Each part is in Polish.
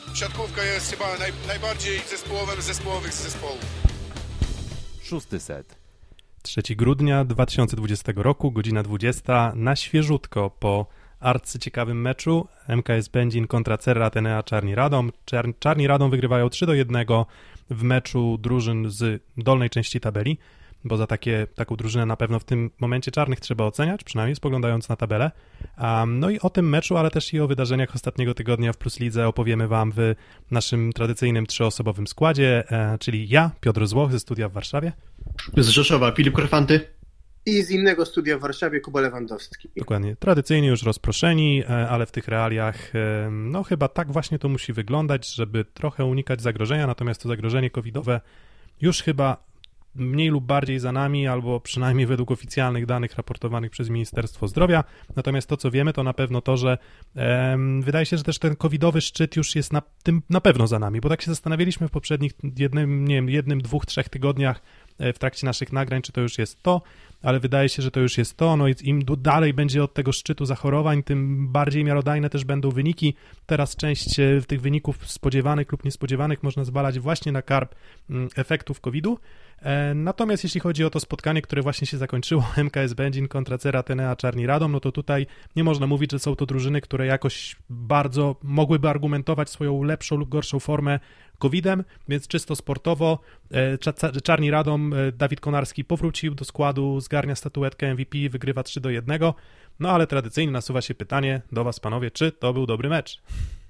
siatkówka jest chyba najbardziej zespołowym z zespołów. 6. set. 3 grudnia 2020 roku, godzina 20, na świeżutko po arcyciekawym meczu MKS Będzin kontra Cerra Atenea Czarni Radom. Czarni Radom wygrywają 3-1 w meczu drużyn z dolnej części tabeli, bo za taką drużynę na pewno w tym momencie czarnych trzeba oceniać, przynajmniej spoglądając na tabelę. No i o tym meczu, ale też i o wydarzeniach ostatniego tygodnia w Plus Lidze opowiemy Wam w naszym tradycyjnym trzyosobowym składzie, czyli ja, Piotr Złoch ze studia w Warszawie. Z Rzeszowa Filip Korfanty. I z innego studia w Warszawie Kuba Lewandowski. Dokładnie. Tradycyjnie już rozproszeni, ale w tych realiach no chyba tak właśnie to musi wyglądać, żeby trochę unikać zagrożenia, natomiast to zagrożenie covidowe już chyba mniej lub bardziej za nami, albo przynajmniej według oficjalnych danych raportowanych przez Ministerstwo Zdrowia. Natomiast to, co wiemy, to na pewno to, że wydaje się, że też ten covidowy szczyt już jest na pewno za nami, bo tak się zastanawialiśmy w poprzednich jednym, 2, 3 tygodniach w trakcie naszych nagrań, czy to już jest to, ale wydaje się, że to już jest to, no i im dalej będzie od tego szczytu zachorowań, tym bardziej miarodajne też będą wyniki. Teraz część tych wyników spodziewanych lub niespodziewanych można zwalać właśnie na karb efektów COVID-u. Natomiast jeśli chodzi o to spotkanie, które właśnie się zakończyło, MKS Będzin kontra Cerra Atenea Czarni Radom, no to tutaj nie można mówić, że są to drużyny, które jakoś bardzo mogłyby argumentować swoją lepszą lub gorszą formę COVID-em, więc czysto sportowo Czarni Radom, Dawid Konarski powrócił do składu, zgarnia statuetkę MVP, wygrywa 3-1, no ale tradycyjnie nasuwa się pytanie do Was, panowie, czy to był dobry mecz?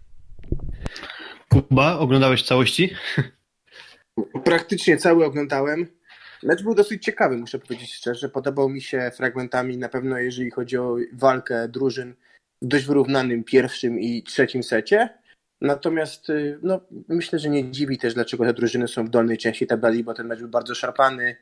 Kuba, oglądałeś całości? Praktycznie cały oglądałem. Mecz był dosyć ciekawy, muszę powiedzieć szczerze. Podobał mi się fragmentami, na pewno jeżeli chodzi o walkę drużyn w dość wyrównanym pierwszym i trzecim secie. Natomiast no, myślę, że nie dziwi też, dlaczego te drużyny są w dolnej części tabeli, bo ten mecz był bardzo szarpany,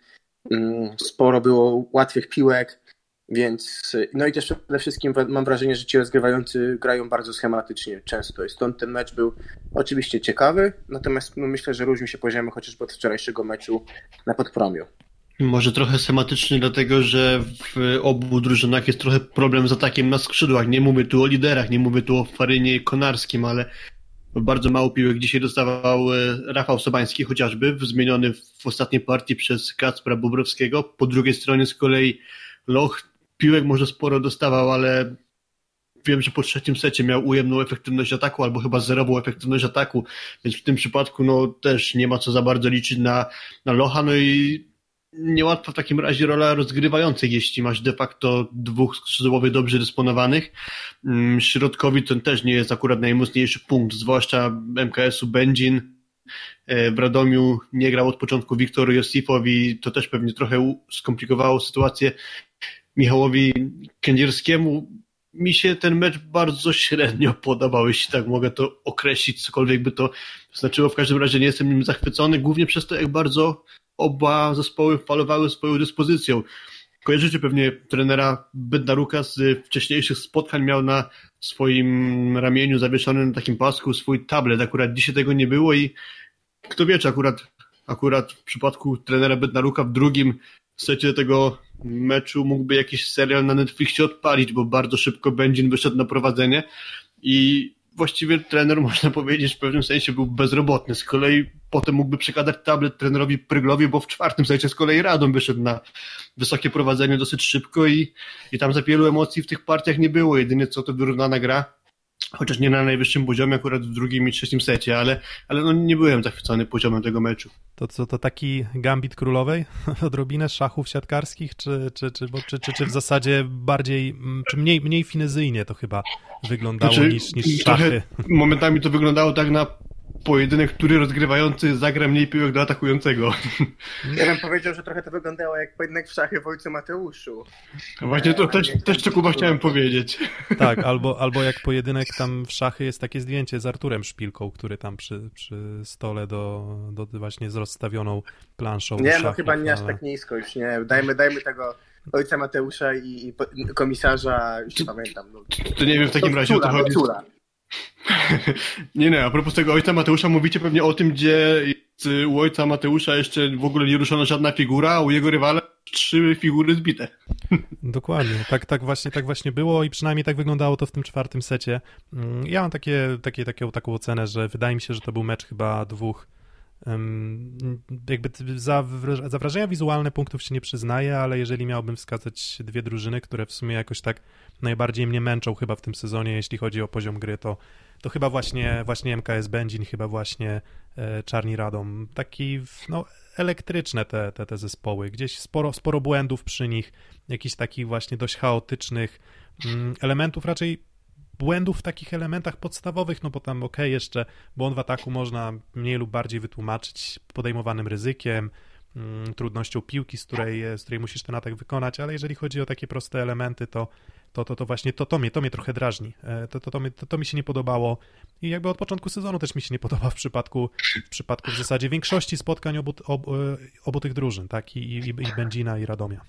sporo było łatwych piłek, więc no i też przede wszystkim mam wrażenie, że ci rozgrywający grają bardzo schematycznie często i stąd ten mecz był oczywiście ciekawy, natomiast no, myślę, że różnił się poziomem chociażby od wczorajszego meczu na Podpromiu. Może trochę schematyczny, dlatego że w obu drużynach jest trochę problem z atakiem na skrzydłach. Nie mówię tu o liderach, nie mówię tu o Farynie i Konarskim, ale bardzo mało piłek dzisiaj dostawał Rafał Sobański chociażby, zmieniony w ostatniej partii przez Kacpra Bobrowskiego. Po drugiej stronie z kolei Loch piłek może sporo dostawał, ale wiem, że po trzecim secie miał ujemną efektywność ataku, albo chyba zerową efektywność ataku, więc w tym przypadku no też nie ma co za bardzo liczyć na Locha, no i niełatwa w takim razie rola rozgrywających, jeśli masz de facto dwóch skrzydłowych dobrze dysponowanych. Środkowi to też nie jest akurat najmocniejszy punkt, zwłaszcza MKS-u Będzin. W Radomiu nie grał od początku Wiktor Josipow i to też pewnie trochę skomplikowało sytuację Michałowi Kędzierskiemu. Mi się ten mecz bardzo średnio podobał, jeśli tak mogę to określić, cokolwiek by to znaczyło. W każdym razie nie jestem nim zachwycony, głównie przez to, jak bardzo oba zespoły falowały swoją dyspozycją. Kojarzycie pewnie trenera Bednaruka z wcześniejszych spotkań, miał na swoim ramieniu zawieszony na takim pasku swój tablet. Akurat dzisiaj tego nie było i kto wie, czy akurat w przypadku trenera Bednaruka w drugim secie tego meczu mógłby jakiś serial na Netflixie odpalić, bo bardzo szybko Będzin wyszedł na prowadzenie i właściwie trener, można powiedzieć, w pewnym sensie był bezrobotny. Z kolei potem mógłby przekazać tablet trenerowi Pryglowi, bo w czwartym secie z kolei Radom wyszedł na wysokie prowadzenie dosyć szybko i tam za wielu emocji w tych partiach nie było. Jedynie co to wyrównana gra, chociaż nie na najwyższym poziomie, akurat w drugim i trzecim secie, ale no nie byłem zachwycony poziomem tego meczu. To taki gambit królowej? Odrobinę szachów siatkarskich? Czy w zasadzie bardziej, czy mniej finezyjnie to chyba wyglądało niż szachy? Momentami to wyglądało tak na pojedynek, który rozgrywający zagra mniej piłek do atakującego. Ja bym powiedział, że trochę to wyglądało jak pojedynek w szachy w Ojcu Mateuszu. Właśnie to też co Kuba chciałem powiedzieć. Tak, albo jak pojedynek tam w szachy jest takie zdjęcie z Arturem Szpilką, który tam przy stole do właśnie z rozstawioną planszą. Nie, no chyba nie aż tak nisko już, nie. Dajmy tego Ojca Mateusza i komisarza, już nie pamiętam. No. To nie wiem w takim razie o to chodzi. Nie, a propos tego Ojca Mateusza mówicie pewnie o tym, gdzie u ojca Mateusza jeszcze w ogóle nie ruszona żadna figura, a u jego rywala 3 figury zbite. Dokładnie, tak właśnie było i przynajmniej tak wyglądało to w tym 4. secie. Ja mam taką ocenę, że wydaje mi się, że to był mecz chyba dwóch. Jakby za wrażenia wizualne punktów się nie przyznaję, ale jeżeli miałbym wskazać 2 drużyny, które w sumie jakoś tak najbardziej mnie męczą chyba w tym sezonie, jeśli chodzi o poziom gry, to chyba właśnie MKS Będzin, chyba właśnie Czarni Radom. Taki, no, elektryczne te zespoły. Gdzieś sporo błędów przy nich, jakichś takich właśnie dość chaotycznych elementów, raczej błędów w takich elementach podstawowych, no bo tam jeszcze błąd w ataku można mniej lub bardziej wytłumaczyć podejmowanym ryzykiem, trudnością piłki, z której musisz ten atak wykonać, ale jeżeli chodzi o takie proste elementy, to właśnie to mnie trochę drażni. To mi się nie podobało i jakby od początku sezonu też mi się nie podoba w przypadku w zasadzie większości spotkań obu tych drużyn, tak, i Będzina i Radomia.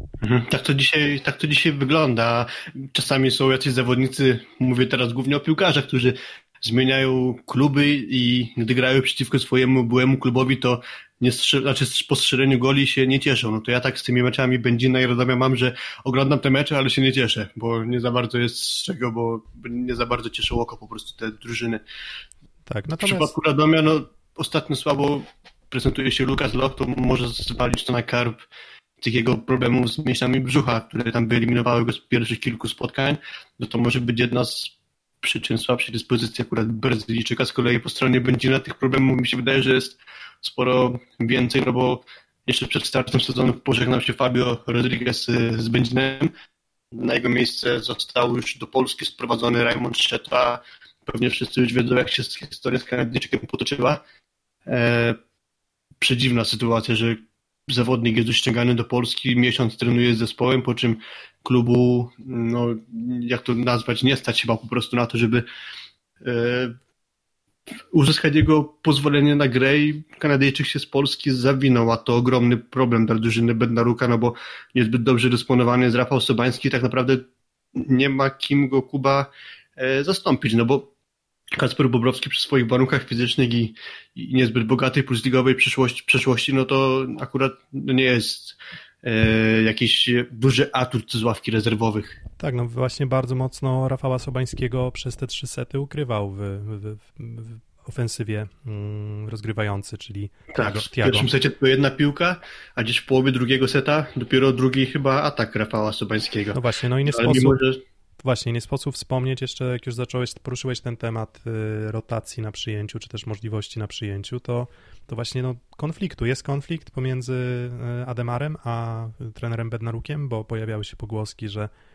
Tak to dzisiaj wygląda. Czasami są jacyś zawodnicy, mówię teraz głównie o piłkarzach, którzy zmieniają kluby i gdy grają przeciwko swojemu byłemu klubowi, to po strzeleniu goli się nie cieszą. No to ja tak z tymi meczami Będzina i Radomia mam, że oglądam te mecze, ale się nie cieszę, bo nie za bardzo jest z czego, bo nie za bardzo cieszą oko po prostu te drużyny. Tak, W przypadku Radomia, no ostatnio słabo prezentuje się Lukas Loch, to może zwalić to na karb tych jego problemów z mięśniami brzucha, które tam wyeliminowały go z pierwszych kilku spotkań. No to może być jedna z przyczyn słabszej dyspozycji akurat Brazylijczyka. Z kolei po stronie Będzina tych problemów mi się wydaje, że jest sporo więcej, no bo jeszcze przed startem sezonu pożegnał się Fabio Rodriguez z Będzinem. Na jego miejsce został już do Polski sprowadzony Raymond Szczeta. Pewnie wszyscy już wiedzą, jak się historia z Kanadyjczykiem potoczyła. Przedziwna sytuacja, że zawodnik jest ściągany do Polski, miesiąc trenuje z zespołem, po czym klubu, no jak to nazwać, nie stać chyba po prostu na to, żeby uzyskać jego pozwolenie na grę i Kanadyjczyk się z Polski zawinął, a to ogromny problem dla drużyny Bednaruka, no bo niezbyt dobrze dysponowany jest Rafał Sobański, tak naprawdę nie ma kim go Kuba zastąpić, no bo Kacper Bobrowski przy swoich warunkach fizycznych i niezbyt bogatej plus ligowej przeszłości, no to akurat nie jest jakiś duży atut z ławki rezerwowych. Tak, no właśnie bardzo mocno Rafała Sobańskiego przez te 3 sety ukrywał w ofensywie rozgrywający, czyli tak, w Thiago. pierwszym secie to jedna piłka, a gdzieś w połowie drugiego seta dopiero drugi chyba atak Rafała Sobańskiego. No właśnie, no i nie sposób wspomnieć jeszcze, jak już poruszyłeś ten temat rotacji na przyjęciu, czy też możliwości na przyjęciu, to właśnie jest konflikt pomiędzy Ademarem a trenerem Bednarukiem, bo pojawiały się pogłoski,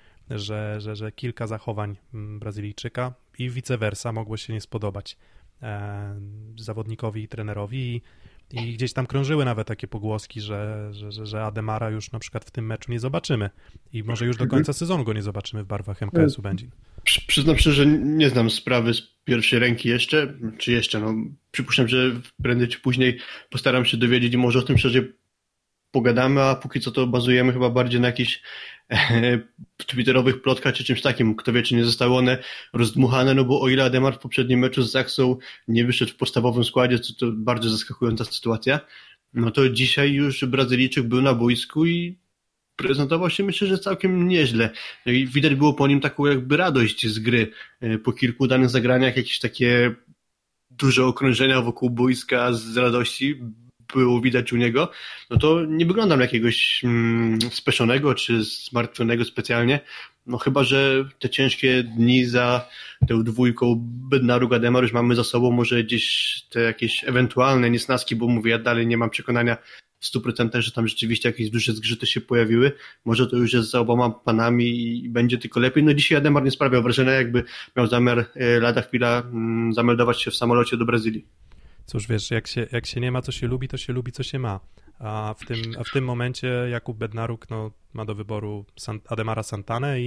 że kilka zachowań Brazylijczyka i vice versa mogło się nie spodobać zawodnikowi i trenerowi i gdzieś tam krążyły nawet takie pogłoski, że Ademara już na przykład w tym meczu nie zobaczymy i może już do końca sezonu go nie zobaczymy w barwach MKS-u Będzin. Przyznam się, że nie znam sprawy z pierwszej ręki jeszcze, no przypuszczam, że prędzej czy później postaram się dowiedzieć i może o tym szerzej pogadamy, a póki co to bazujemy chyba bardziej na jakichś twitterowych plotkach czy czymś takim. Kto wie, czy nie zostały one rozdmuchane, no bo o ile Ademar w poprzednim meczu z Zaksą nie wyszedł w podstawowym składzie, to bardzo zaskakująca sytuacja, no to dzisiaj już Brazylijczyk był na boisku i prezentował się, myślę, że całkiem nieźle. I widać było po nim taką jakby radość z gry. Po kilku danych zagraniach jakieś takie duże okrążenia wokół boiska z radości było widać u niego, no to nie wyglądam na jakiegoś speszonego czy zmartwionego specjalnie, no chyba, że te ciężkie dni za tę dwójką Bednaruk-Ademar już mamy za sobą, może gdzieś te jakieś ewentualne niesnaski, bo mówię, ja dalej nie mam przekonania w 100%, że tam rzeczywiście jakieś duże zgrzyty się pojawiły, może to już jest za oboma panami i będzie tylko lepiej. No dzisiaj Ademar nie sprawiał wrażenia, jakby miał zamiar lada chwila zameldować się w samolocie do Brazylii. Cóż, wiesz, jak się nie ma, co się lubi, to się lubi, co się ma. A w tym momencie Jakub Bednaruk ma do wyboru Ademara Santanę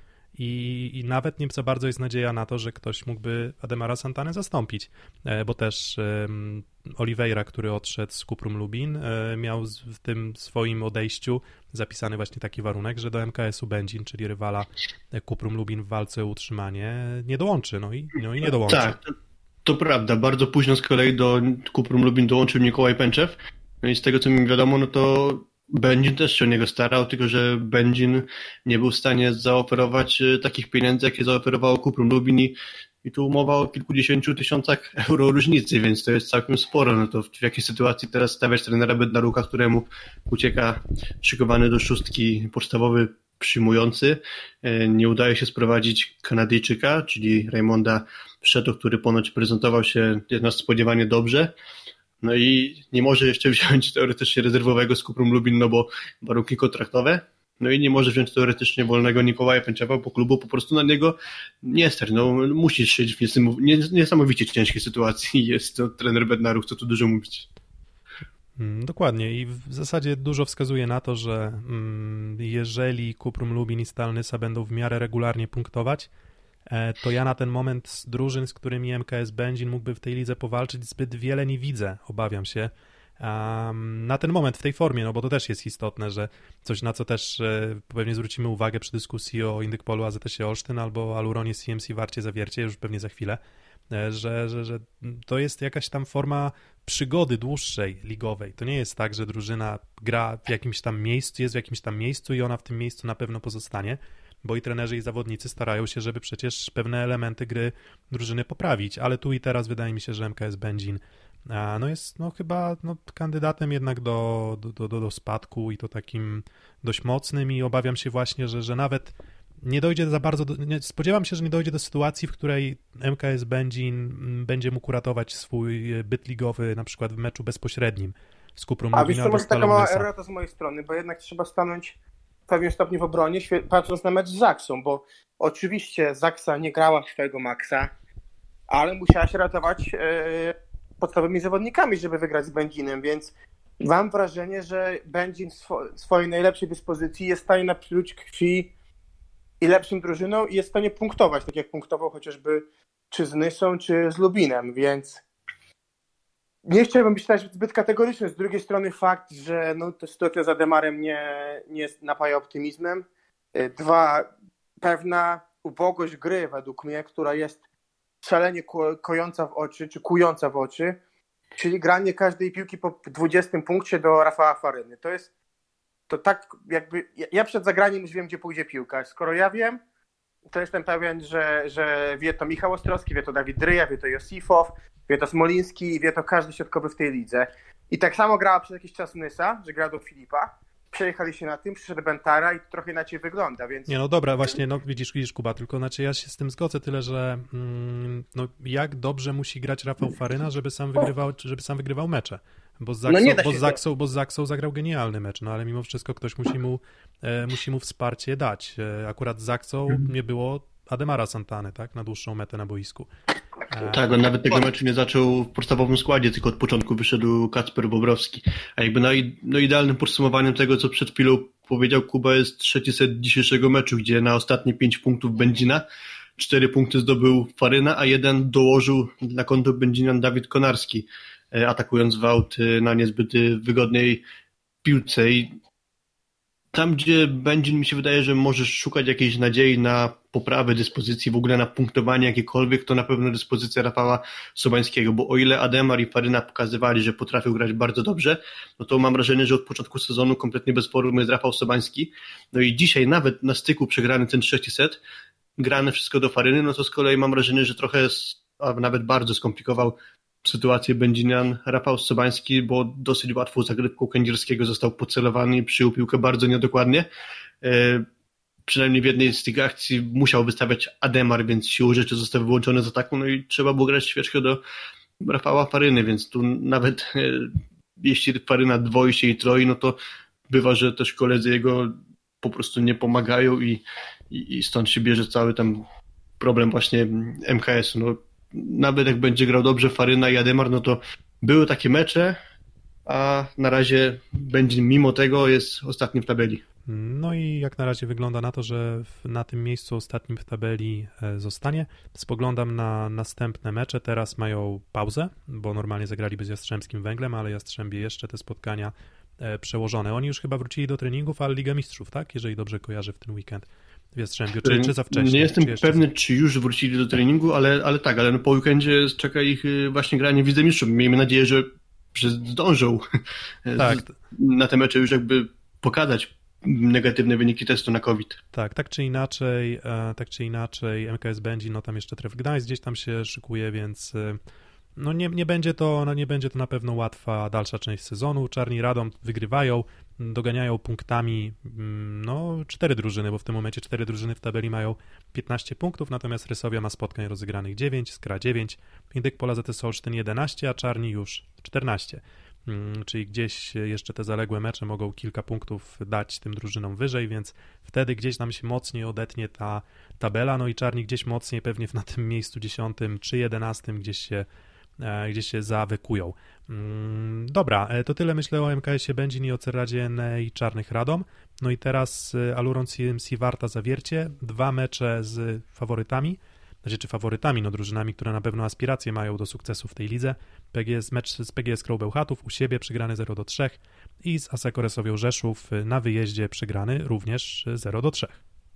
i nawet nie za bardzo jest nadzieja na to, że ktoś mógłby Ademara Santanę zastąpić, bo też Oliveira, który odszedł z Cuprum Lubin, miał w tym swoim odejściu zapisany właśnie taki warunek, że do MKS-u Będzin, czyli rywala Cuprum Lubin w walce o utrzymanie, nie dołączy. No i nie dołączy. Tak. To prawda, bardzo późno z kolei do Kuprum Lubin dołączył Mikołaj Pęczew. No i z tego co mi wiadomo, no to Będzin też się o niego starał, tylko że Będzin nie był w stanie zaoferować takich pieniędzy, jakie zaoferowało Kuprum Lubin i tu mowa o kilkudziesięciu tysiącach euro różnicy, więc to jest całkiem sporo. No to w jakiej sytuacji teraz stawiać trenera Bednaruka, któremu ucieka szykowany do szóstki podstawowy przyjmujący. Nie udaje się sprowadzić Kanadyjczyka, czyli Raymonda Przeto, który ponoć prezentował się jednak spodziewanie dobrze. No i nie może jeszcze wziąć teoretycznie rezerwowego z Kuprum Lubin, no bo warunki kontraktowe. No i nie może wziąć teoretycznie wolnego Mikołaja Pęczewa, bo klubu po prostu na niego nie stać. No musi szyć w niesamowicie ciężkiej sytuacji. Jest to trener Bednaruk, co tu dużo mówić. Dokładnie i w zasadzie dużo wskazuje na to, że jeżeli Kuprum Lubin i Stal Nysa będą w miarę regularnie punktować, to ja na ten moment z drużyn, z którymi MKS Będzin mógłby w tej lidze powalczyć, zbyt wiele nie widzę, obawiam się. Na ten moment w tej formie, no bo to też jest istotne, że coś na co też pewnie zwrócimy uwagę przy dyskusji o Indykpolu AZS-ie Olsztyn albo Aluronie CMC Warcie Zawiercie, już pewnie za chwilę, że to jest jakaś tam forma przygody dłuższej, ligowej. To nie jest tak, że drużyna gra w jakimś tam miejscu, jest w jakimś tam miejscu i ona w tym miejscu na pewno pozostanie, bo i trenerzy i zawodnicy starają się, żeby przecież pewne elementy gry drużyny poprawić, ale tu i teraz wydaje mi się, że MKS Będzin jest chyba kandydatem jednak do spadku i to takim dość mocnym i obawiam się właśnie, że nawet nie dojdzie za bardzo, spodziewam się, że nie dojdzie do sytuacji, w której MKS Będzin będzie mógł uratować swój byt ligowy na przykład w meczu bezpośrednim z Kuprum Lubin. A wiesz co, może taka mała errata z mojej strony, bo jednak trzeba stanąć w pewnym stopniu w obronie, patrząc na mecz z Zaksą, bo oczywiście Zaksa nie grała swojego maksa, ale musiała się ratować podstawowymi zawodnikami, żeby wygrać z Będzinem, więc mam wrażenie, że Będzin w swojej najlepszej dyspozycji jest w stanie napluć krwi i lepszym drużyną i jest w stanie punktować, tak jak punktował chociażby czy z Nysą, czy z Lubinem, więc nie chciałbym być też zbyt kategoryczny. Z drugiej strony fakt, że ta sytuacja z Ademarem nie napaja optymizmem. Dwa, pewna ubogość gry według mnie, która jest szalenie kojąca w oczy, czy kująca w oczy, czyli granie każdej piłki po 20 punkcie do Rafała Faryny. To tak jakby, ja przed zagraniem już wiem, gdzie pójdzie piłka. Skoro ja wiem, to jestem pewien, że wie to Michał Ostrowski, wie to Dawid Dryja, wie to Josifow, wie to Smoliński, wie to każdy środkowy w tej lidze. I tak samo grała przez jakiś czas Nysa, że gra do Filipa. Przejechali się na tym, przyszedł Bentara i to trochę inaczej wygląda, więc... Nie, dobra, właśnie, widzisz Kuba, tylko ja się z tym zgodzę, tyle, że jak dobrze musi grać Rafał Faryna, żeby sam wygrywał mecze. Bo z Zaksą zagrał genialny mecz, ale mimo wszystko ktoś musi mu wsparcie dać. Akurat z Zaksą nie było Ademara Santany, tak, na dłuższą metę na boisku. Tak, on nawet tego meczu nie zaczął w podstawowym składzie, tylko od początku wyszedł Kacper Bobrowski. A jakby idealnym podsumowaniem tego, co przed chwilą powiedział Kuba, jest trzeci set dzisiejszego meczu, gdzie na ostatnie 5 punktów Będzina 4 punkty zdobył Faryna, a 1 dołożył na konto Będzina Dawid Konarski, atakując Wałt na niezbyt wygodnej piłce. I tam, gdzie Będzin mi się wydaje, że możesz szukać jakiejś nadziei na poprawę dyspozycji, w ogóle na punktowanie jakiekolwiek, to na pewno dyspozycja Rafała Sobańskiego, bo o ile Ademar i Faryna pokazywali, że potrafią grać bardzo dobrze, no to mam wrażenie, że od początku sezonu kompletnie bez formy jest Rafał Sobański. No i dzisiaj nawet na styku przegrany ten trzeci set, grane wszystko do Faryny, no to z kolei mam wrażenie, że trochę, a nawet bardzo skomplikował sytuację Będzinian Rafał Sobański, bo dosyć łatwą zagrywką Kędzierskiego został pocelowany i przyjął piłkę bardzo niedokładnie. Przynajmniej w jednej z tych akcji musiał wystawiać Ademar, więc siłą rzeczy został wyłączony z ataku, no i trzeba było grać świeczkę do Rafała Faryny, więc tu nawet jeśli Faryna dwoi się i troi, no to bywa, że też koledzy jego po prostu nie pomagają i stąd się bierze cały tam problem właśnie MKS-u. No, nawet jak będzie grał dobrze Faryna i Ademar, no to były takie mecze, a na razie będzie mimo tego jest ostatnim w tabeli. No i jak na razie wygląda na to, że na tym miejscu ostatnim w tabeli zostanie. Spoglądam na następne mecze. Teraz mają pauzę, bo normalnie zagraliby z Jastrzębskim Węglem, ale Jastrzębie jeszcze te spotkania przełożone. Oni już chyba wrócili do treningów, ale Liga Mistrzów, tak? Jeżeli dobrze kojarzę, w ten weekend w Jastrzębiu, czy za wcześnie? Nie jestem czy pewny, czy już wrócili do treningu, ale tak, ale no po weekendzie czeka ich właśnie granie w Lidze Mistrzów. Miejmy nadzieję, że zdążą tak. na te mecze już jakby pokazać negatywne wyniki testu na COVID. Tak czy inaczej MKS Będzin, no tam jeszcze Tref Gdańsk gdzieś tam się szykuje, więc no nie będzie to na pewno łatwa dalsza część sezonu. Czarni Radom wygrywają, doganiają punktami 4 drużyny, bo w tym momencie 4 drużyny w tabeli mają 15 punktów, natomiast Rysowia ma spotkań rozegranych 9, Skra 9, Indyk Pola ZS Olsztyn 11, a Czarni już 14. Czyli gdzieś jeszcze te zaległe mecze mogą kilka punktów dać tym drużynom wyżej, więc wtedy gdzieś nam się mocniej odetnie ta tabela, no i Czarni gdzieś mocniej pewnie na tym miejscu 10 czy 11 gdzieś się zawykują. Dobra, to tyle myślę o MKS-ie Będzin i o Cerradzie i Czarnych Radom. No i teraz Aluron CMC Warta Zawiercie, 2 mecze z faworytami, drużynami, które na pewno aspiracje mają do sukcesu w tej lidze. Mecz z PGS Crow Bełchatów u siebie przegrany 0-3 i z Asseco Resowią Rzeszów na wyjeździe przegrany również 0-3.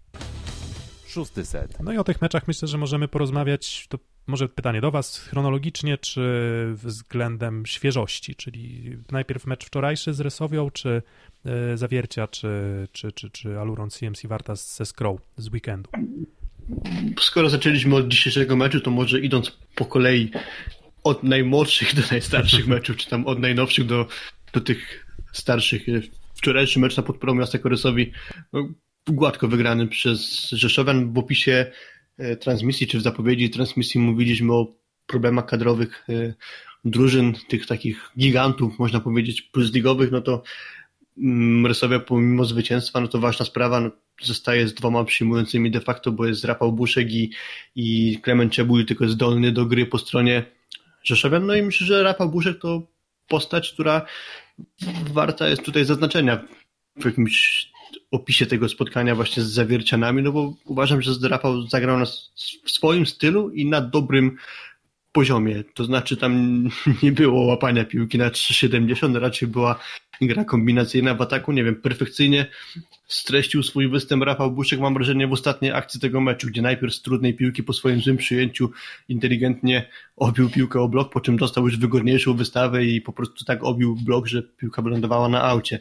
6. set. No i o tych meczach myślę, że możemy porozmawiać, to może pytanie do Was, chronologicznie czy względem świeżości, czyli najpierw mecz wczorajszy z Resowią, czy Zawiercia, czy Aluron CMC Warta ze Skrow z weekendu? Skoro zaczęliśmy od dzisiejszego meczu, to może idąc po kolei od najmłodszych do najstarszych meczów, czy tam od najnowszych do tych starszych. Wczorajszy mecz na Podpromiu Asseco Resowi gładko wygrany przez Rzeszowian. W opisie transmisji, czy w zapowiedzi transmisji mówiliśmy o problemach kadrowych drużyn, tych takich gigantów, można powiedzieć, plusligowych, no to Resowia pomimo zwycięstwa, no to ważna sprawa, no, zostaje z 2 przyjmującymi de facto, bo jest Rafał Buszek i Klement Czebul, tylko zdolny do gry po stronie Rzeszowian. No i myślę, że Rafał Buszek to postać, która warta jest tutaj zaznaczenia w jakimś opisie tego spotkania właśnie z Zawiercianami, no bo uważam, że Rafał zagrał w swoim stylu i na dobrym poziomie. To znaczy tam nie było łapania piłki na 3,70, raczej była gra kombinacyjna w ataku. Nie wiem, perfekcyjnie streścił swój występ Rafał Buszek, mam wrażenie, w ostatniej akcji tego meczu, gdzie najpierw z trudnej piłki po swoim złym przyjęciu inteligentnie obił piłkę o blok, po czym dostał już wygodniejszą wystawę i po prostu tak obił blok, że piłka wylądowała na aucie.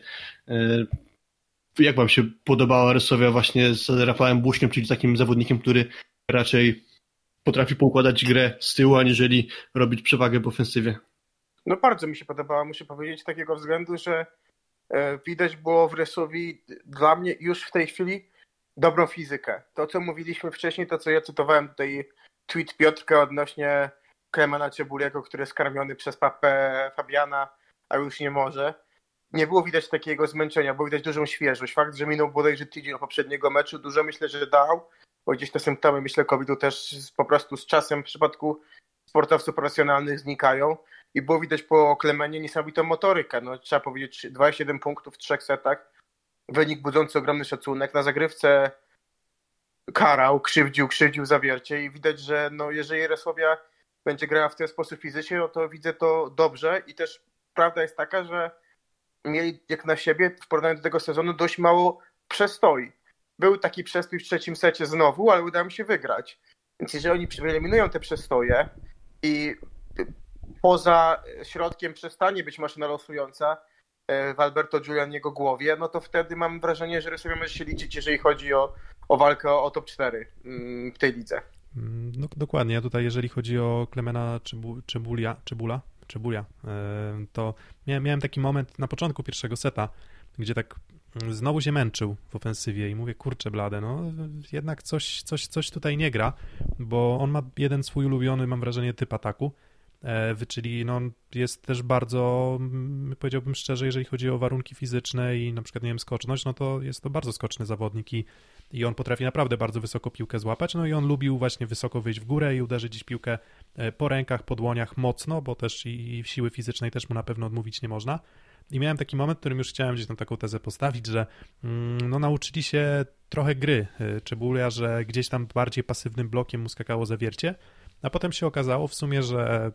Jak wam się podobała Resowia właśnie z Rafałem Buszkiem, czyli takim zawodnikiem, który raczej potrafi poukładać grę z tyłu, aniżeli robić przewagę w ofensywie? No bardzo mi się podobała, muszę powiedzieć, z takiego względu, że widać było w Resowi dla mnie już w tej chwili dobrą fizykę. To, co mówiliśmy wcześniej, to co ja cytowałem tutaj tweet Piotrka odnośnie Klemena Czebuliego, który jest karmiony przez papę Fabiana, a już nie może. Nie było widać takiego zmęczenia, było widać dużą świeżość. Fakt, że minął bodajże tydzień od poprzedniego meczu, dużo myślę, że dał, bo gdzieś te symptomy, myślę, COVID-u też po prostu z czasem w przypadku sportowców profesjonalnych znikają i było widać po Klemenie niesamowitą motorykę. No, trzeba powiedzieć 27 punktów w 3 setach, wynik budzący ogromny szacunek. Na zagrywce karał, krzywdził Zawiercie i widać, że no, jeżeli Resowia będzie grała w ten sposób fizycznie, no to widzę to dobrze i też prawda jest taka, że mieli jak na siebie w porównaniu do tego sezonu dość mało przestoi. Był taki przestój w 3 secie znowu, ale udało mi się wygrać. Więc jeżeli oni wyeliminują te przestoje i poza środkiem przestanie być maszyna losująca w Alberto Giulianiego głowie, no to wtedy mam wrażenie, że Resowia może się liczyć, jeżeli chodzi o walkę o top 4 w tej lidze. No, dokładnie. Ja tutaj, jeżeli chodzi o Klemena Czebulia, to miałem taki moment na początku pierwszego seta, gdzie tak znowu się męczył w ofensywie i mówię, kurczę blade, no jednak coś tutaj nie gra, bo on ma jeden swój ulubiony, mam wrażenie, typ ataku, czyli no, jest też bardzo, powiedziałbym szczerze, jeżeli chodzi o warunki fizyczne i na przykład, nie wiem, skoczność, no to jest to bardzo skoczny zawodnik i on potrafi naprawdę bardzo wysoko piłkę złapać, no i on lubił właśnie wysoko wyjść w górę i uderzyć gdzieś piłkę po rękach, po dłoniach mocno, bo też i siły fizycznej też mu na pewno odmówić nie można. I miałem taki moment, w którym już chciałem gdzieś tam taką tezę postawić, że no, nauczyli się trochę gry Czebulia, że gdzieś tam bardziej pasywnym blokiem mu skakało Zawiercie a potem się okazało w sumie, że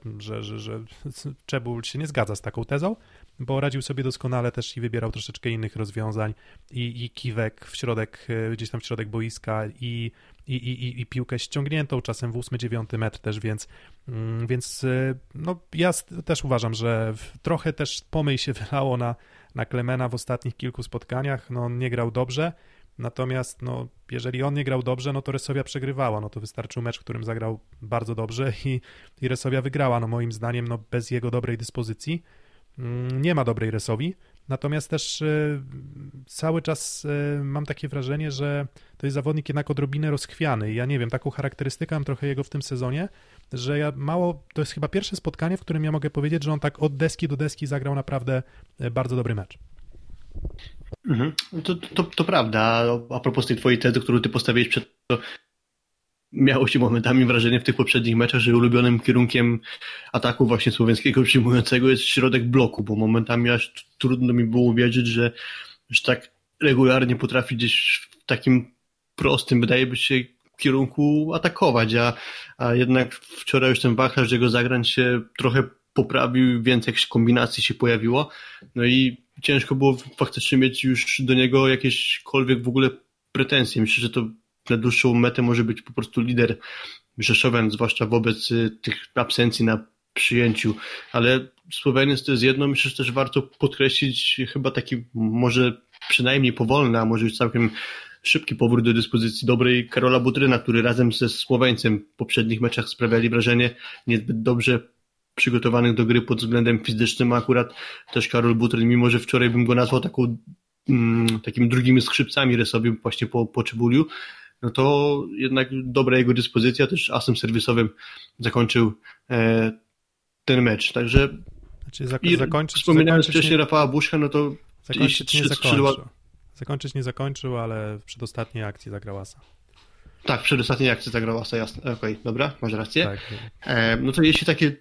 Czebul się nie zgadza z taką tezą, bo radził sobie doskonale też i wybierał troszeczkę innych rozwiązań i kiwek w środek, gdzieś tam w środek boiska i piłkę ściągniętą, czasem w 8-9 metr też, więc no ja też uważam, że trochę też pomyj się wylało na Klemena w ostatnich kilku spotkaniach, no on nie grał dobrze, natomiast no jeżeli on nie grał dobrze, no to Resovia przegrywała, no to wystarczył mecz, w którym zagrał bardzo dobrze i Resovia wygrała, no moim zdaniem no bez jego dobrej dyspozycji nie ma dobrej Resovii, natomiast też cały czas mam takie wrażenie, że to jest zawodnik jednak odrobinę rozchwiany i ja nie wiem, taką charakterystykę mam trochę jego w tym sezonie, że to jest chyba pierwsze spotkanie, w którym ja mogę powiedzieć, że on tak od deski do deski zagrał naprawdę bardzo dobry mecz. Mhm. To prawda. A propos tej twojej tezy, którą ty postawiłeś przed to, miało się momentami wrażenie w tych poprzednich meczach, że ulubionym kierunkiem ataku właśnie słowiańskiego przyjmującego jest środek bloku, bo momentami aż trudno mi było uwierzyć, że tak regularnie potrafi gdzieś w takim prostym, wydaje by się, kierunku atakować, a jednak wczoraj już ten wachlarz jego zagrań się trochę poprawił, więcej jakichś kombinacji się pojawiło, no i ciężko było faktycznie mieć już do niego jakiekolwiek w ogóle pretensje. Myślę, że to na dłuższą metę może być po prostu lider Rzeszowian, zwłaszcza wobec tych absencji na przyjęciu, ale Słoweniec to jest jedno, myślę, że też warto podkreślić chyba taki może przynajmniej powolny, a może już całkiem szybki powrót do dyspozycji dobrej Karola Butryna, który razem ze Słoweńcem w poprzednich meczach sprawiali wrażenie niezbyt dobrze przygotowanych do gry pod względem fizycznym, a akurat też Karol Butryn, mimo że wczoraj bym go nazwał takimi drugimi skrzypcami Resowi właśnie po Czebuliu, no to jednak dobra jego dyspozycja, też asem serwisowym zakończył ten mecz. Także wspominając wcześniej Rafała Buszka, no to zakończyć nie zakończył, ale w przedostatniej akcji zagrał asa. Tak, w przedostatniej akcji zagrał asa, jasne. Okej, dobra, masz rację. Tak. No to jeśli takie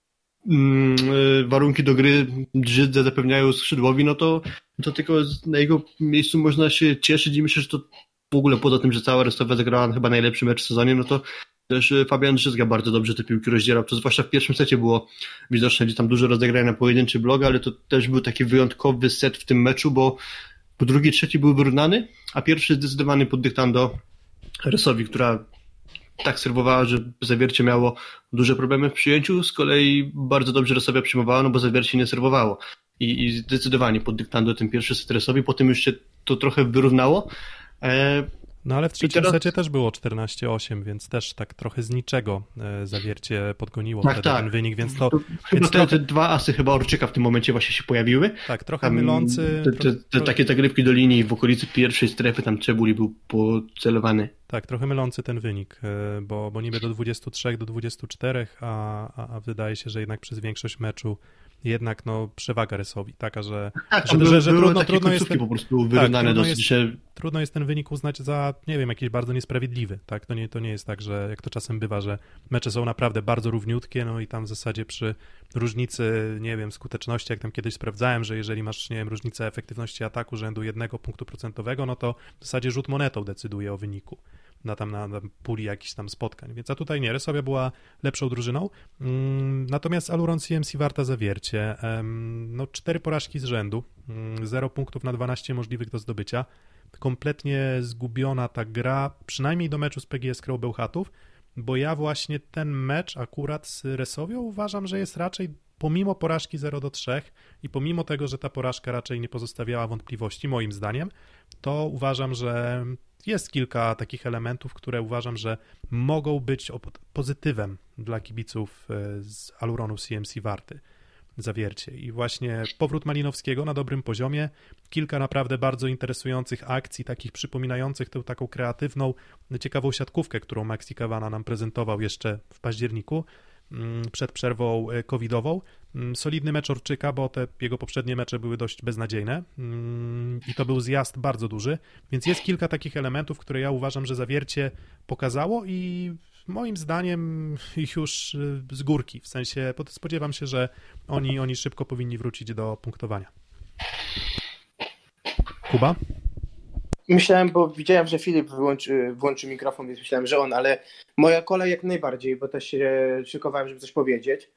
warunki do gry Żydze zapewniają skrzydłowi, no to tylko na jego miejscu można się cieszyć i myślę, że to w ogóle poza tym, że cała Resovia zagrała chyba najlepszy mecz w sezonie, no to też Fabian Żyzga bardzo dobrze te piłki rozdzierał. To zwłaszcza w pierwszym secie było widoczne, gdzie tam dużo rozegrań na pojedynczy blok, ale to też był taki wyjątkowy set w tym meczu, bo drugi, trzeci był wyrównany, a pierwszy zdecydowany pod dyktando Resovii, która tak serwowała, że Zawiercie miało duże problemy w przyjęciu, z kolei bardzo dobrze Resovia przyjmowała, no bo Zawiercie nie serwowało. I zdecydowanie pod dyktando ten pierwszy set Resovii, potem już się to trochę wyrównało. No ale w trzecim secie też było 14-8, więc też tak trochę z niczego Zawiercie podgoniło wtedy ten wynik, więc to... Te dwa asy chyba Orczyka w tym momencie właśnie się pojawiły. Tak, trochę mylący... Takie zagrywki do linii w okolicy pierwszej strefy, tam Czebuli był pocelowany. Tak, trochę mylący ten wynik, bo niby do 23 do 24, a wydaje się, że jednak przez większość meczu jednak no przewaga Resowi, taka, że trudno jest ten, po prostu wyrównane dosyć. Trudno jest ten wynik uznać za, nie wiem, jakiś bardzo niesprawiedliwy, tak? To nie jest tak, że jak to czasem bywa, że mecze są naprawdę bardzo równiutkie, no i tam w zasadzie przy różnicy, nie wiem, skuteczności, jak tam kiedyś sprawdzałem, że jeżeli masz, nie wiem, różnicę efektywności ataku rzędu 1 punktu procentowego, no to w zasadzie rzut monetą decyduje o wyniku na puli jakichś tam spotkań, więc a tutaj nie, Resovia była lepszą drużyną, natomiast Aluron CMC Warta Zawiercie, no 4 porażki z rzędu, 0 punktów na 12 możliwych do zdobycia, kompletnie zgubiona ta gra, przynajmniej do meczu z PGS Crow Bełchatów, bo ja właśnie ten mecz akurat z Resovią uważam, że jest raczej pomimo porażki 0-3 i pomimo tego, że ta porażka raczej nie pozostawiała wątpliwości, moim zdaniem, to uważam, że jest kilka takich elementów, które uważam, że mogą być pozytywem dla kibiców z Aluronu CMC Warty Zawiercie. I właśnie powrót Malinowskiego na dobrym poziomie, kilka naprawdę bardzo interesujących akcji, takich przypominających tę taką kreatywną, ciekawą siatkówkę, którą Maxi Kawana nam prezentował jeszcze w październiku, przed przerwą covidową. Solidny mecz Orczyka, bo te jego poprzednie mecze były dość beznadziejne i to był zjazd bardzo duży, więc jest kilka takich elementów, które ja uważam, że Zawiercie pokazało i moim zdaniem już z górki, w sensie spodziewam się, że oni szybko powinni wrócić do punktowania. Kuba? myślałem, bo widziałem, że Filip włączył mikrofon, więc myślałem, że on, ale moja kolej jak najbardziej, bo też się szykowałem, żeby coś powiedzieć.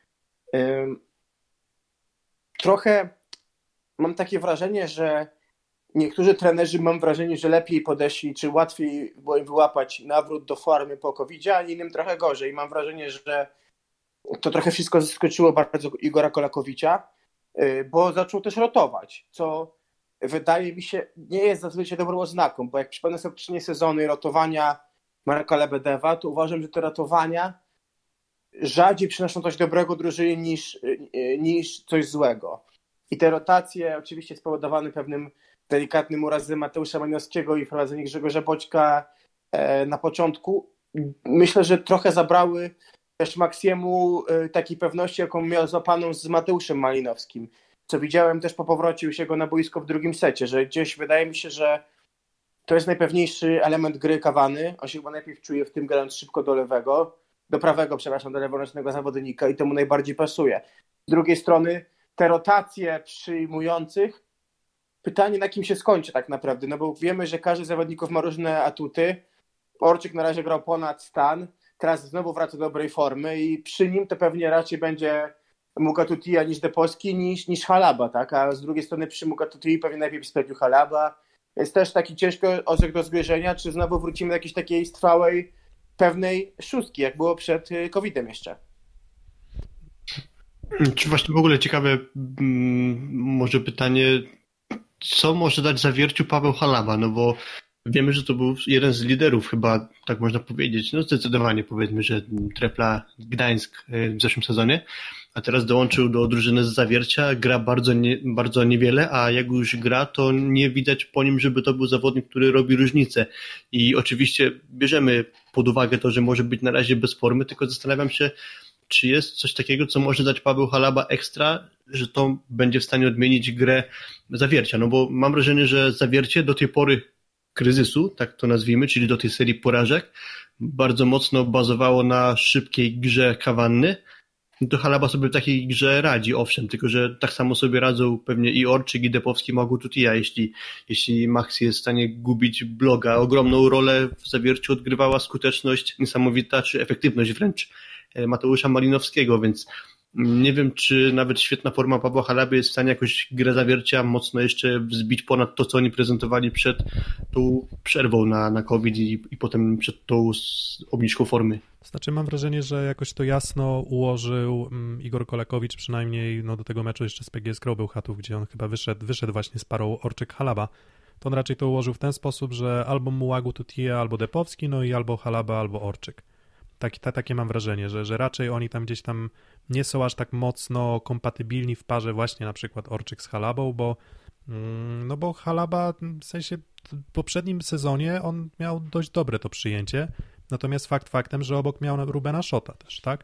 Trochę mam takie wrażenie, że niektórzy trenerzy, mam wrażenie, że lepiej podeszli, czy łatwiej było im wyłapać nawrót do formy po COVID-zie, a innym trochę gorzej. Mam wrażenie, że to trochę wszystko zaskoczyło bardzo Igora Kolakowicza, bo zaczął też rotować, co wydaje mi się nie jest zazwyczaj dobrą oznaką, bo jak przypomnę sobie poprzednie sezony rotowania Marka Lebedewa, to uważam, że te rotowania rzadziej przynoszą coś dobrego drużynie niż coś złego. I te rotacje oczywiście spowodowane pewnym delikatnym urazem Mateusza Malinowskiego i wprowadzenie Grzegorza Boćka na początku, myślę, że trochę zabrały też Maksiemu takiej pewności, jaką miał złapaną z Mateuszem Malinowskim, co widziałem też po powrocie już jego na boisko w drugim secie, że gdzieś wydaje mi się, że to jest najpewniejszy element gry Kawany. On się chyba najpierw czuje w tym, grając szybko do leworęcznego zawodnika i to mu najbardziej pasuje. Z drugiej strony te rotacje przyjmujących, pytanie na kim się skończy tak naprawdę, no bo wiemy, że każdy z zawodników ma różne atuty. Orczyk na razie grał ponad stan, teraz znowu wraca do dobrej formy i przy nim to pewnie raczej będzie Mugatutia niż Depolski niż Halaba, tak? A z drugiej strony przy Mugatutii pewnie najpierw sprawdził Halaba. Jest też taki ciężki orzech do zgryzienia, czy znowu wrócimy do jakiejś takiej trwałej, pewnej szóstki, jak było przed COVID-em jeszcze. Czy właśnie w ogóle ciekawe może pytanie, co może dać Zawierciu Paweł Halaba, no bo wiemy, że to był jeden z liderów chyba, tak można powiedzieć, no zdecydowanie powiedzmy, że Trepla Gdańsk w zeszłym sezonie, a teraz dołączył do drużyny z Zawiercia, gra bardzo niewiele, a jak już gra, to nie widać po nim, żeby to był zawodnik, który robi różnicę i oczywiście bierzemy pod uwagę to, że może być na razie bez formy, tylko zastanawiam się, czy jest coś takiego, co może dać Paweł Halaba ekstra, że to będzie w stanie odmienić grę Zawiercia, no bo mam wrażenie, że Zawiercie do tej pory kryzysu, tak to nazwijmy, czyli do tej serii porażek, bardzo mocno bazowało na szybkiej grze Kawanny. To Halaba sobie w takiej grze radzi, owszem, tylko że tak samo sobie radzą pewnie i Orczyk, i Depowski, Małgotutija, jeśli Maxi jest w stanie gubić bloga. Ogromną rolę w Zawierciu odgrywała skuteczność niesamowita, czy efektywność wręcz Mateusza Malinowskiego, więc nie wiem, czy nawet świetna forma Pawła Halaby jest w stanie jakoś grę Zawiercia mocno jeszcze wzbić ponad to, co oni prezentowali przed tą przerwą na COVID i potem przed tą obniżką formy. Znaczy mam wrażenie, że jakoś to jasno ułożył Igor Kolakowicz, przynajmniej no, do tego meczu jeszcze z PGS Bełchatów, gdzie on chyba wyszedł właśnie z parą Orczyk-Halaba. To on raczej to ułożył w ten sposób, że albo Mułagu Tutia, albo Depowski, no i albo Halaba, albo Orczyk. Takie mam wrażenie, że raczej oni tam gdzieś tam nie są aż tak mocno kompatybilni w parze właśnie na przykład Orczyk z Halabą, bo Halaba w sensie w poprzednim sezonie on miał dość dobre to przyjęcie, natomiast faktem, że obok miał Rubena Szota też, tak?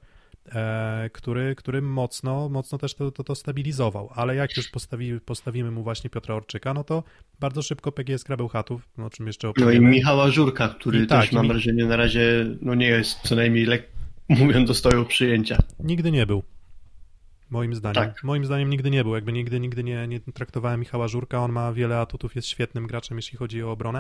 Który mocno też to stabilizował, ale jak już postawimy mu właśnie Piotra Orczyka, no to bardzo szybko PGS Bełchatów, o czym jeszcze opowiemy. No i Michała Żurka, który też mam wrażenie na razie no nie jest co najmniej mówiąc dostoją przyjęcia. Nigdy nie był. Moim zdaniem. Tak. Moim zdaniem nigdy nie był. Jakby nigdy nie traktowałem Michała Żurka. On ma wiele atutów, jest świetnym graczem, jeśli chodzi o obronę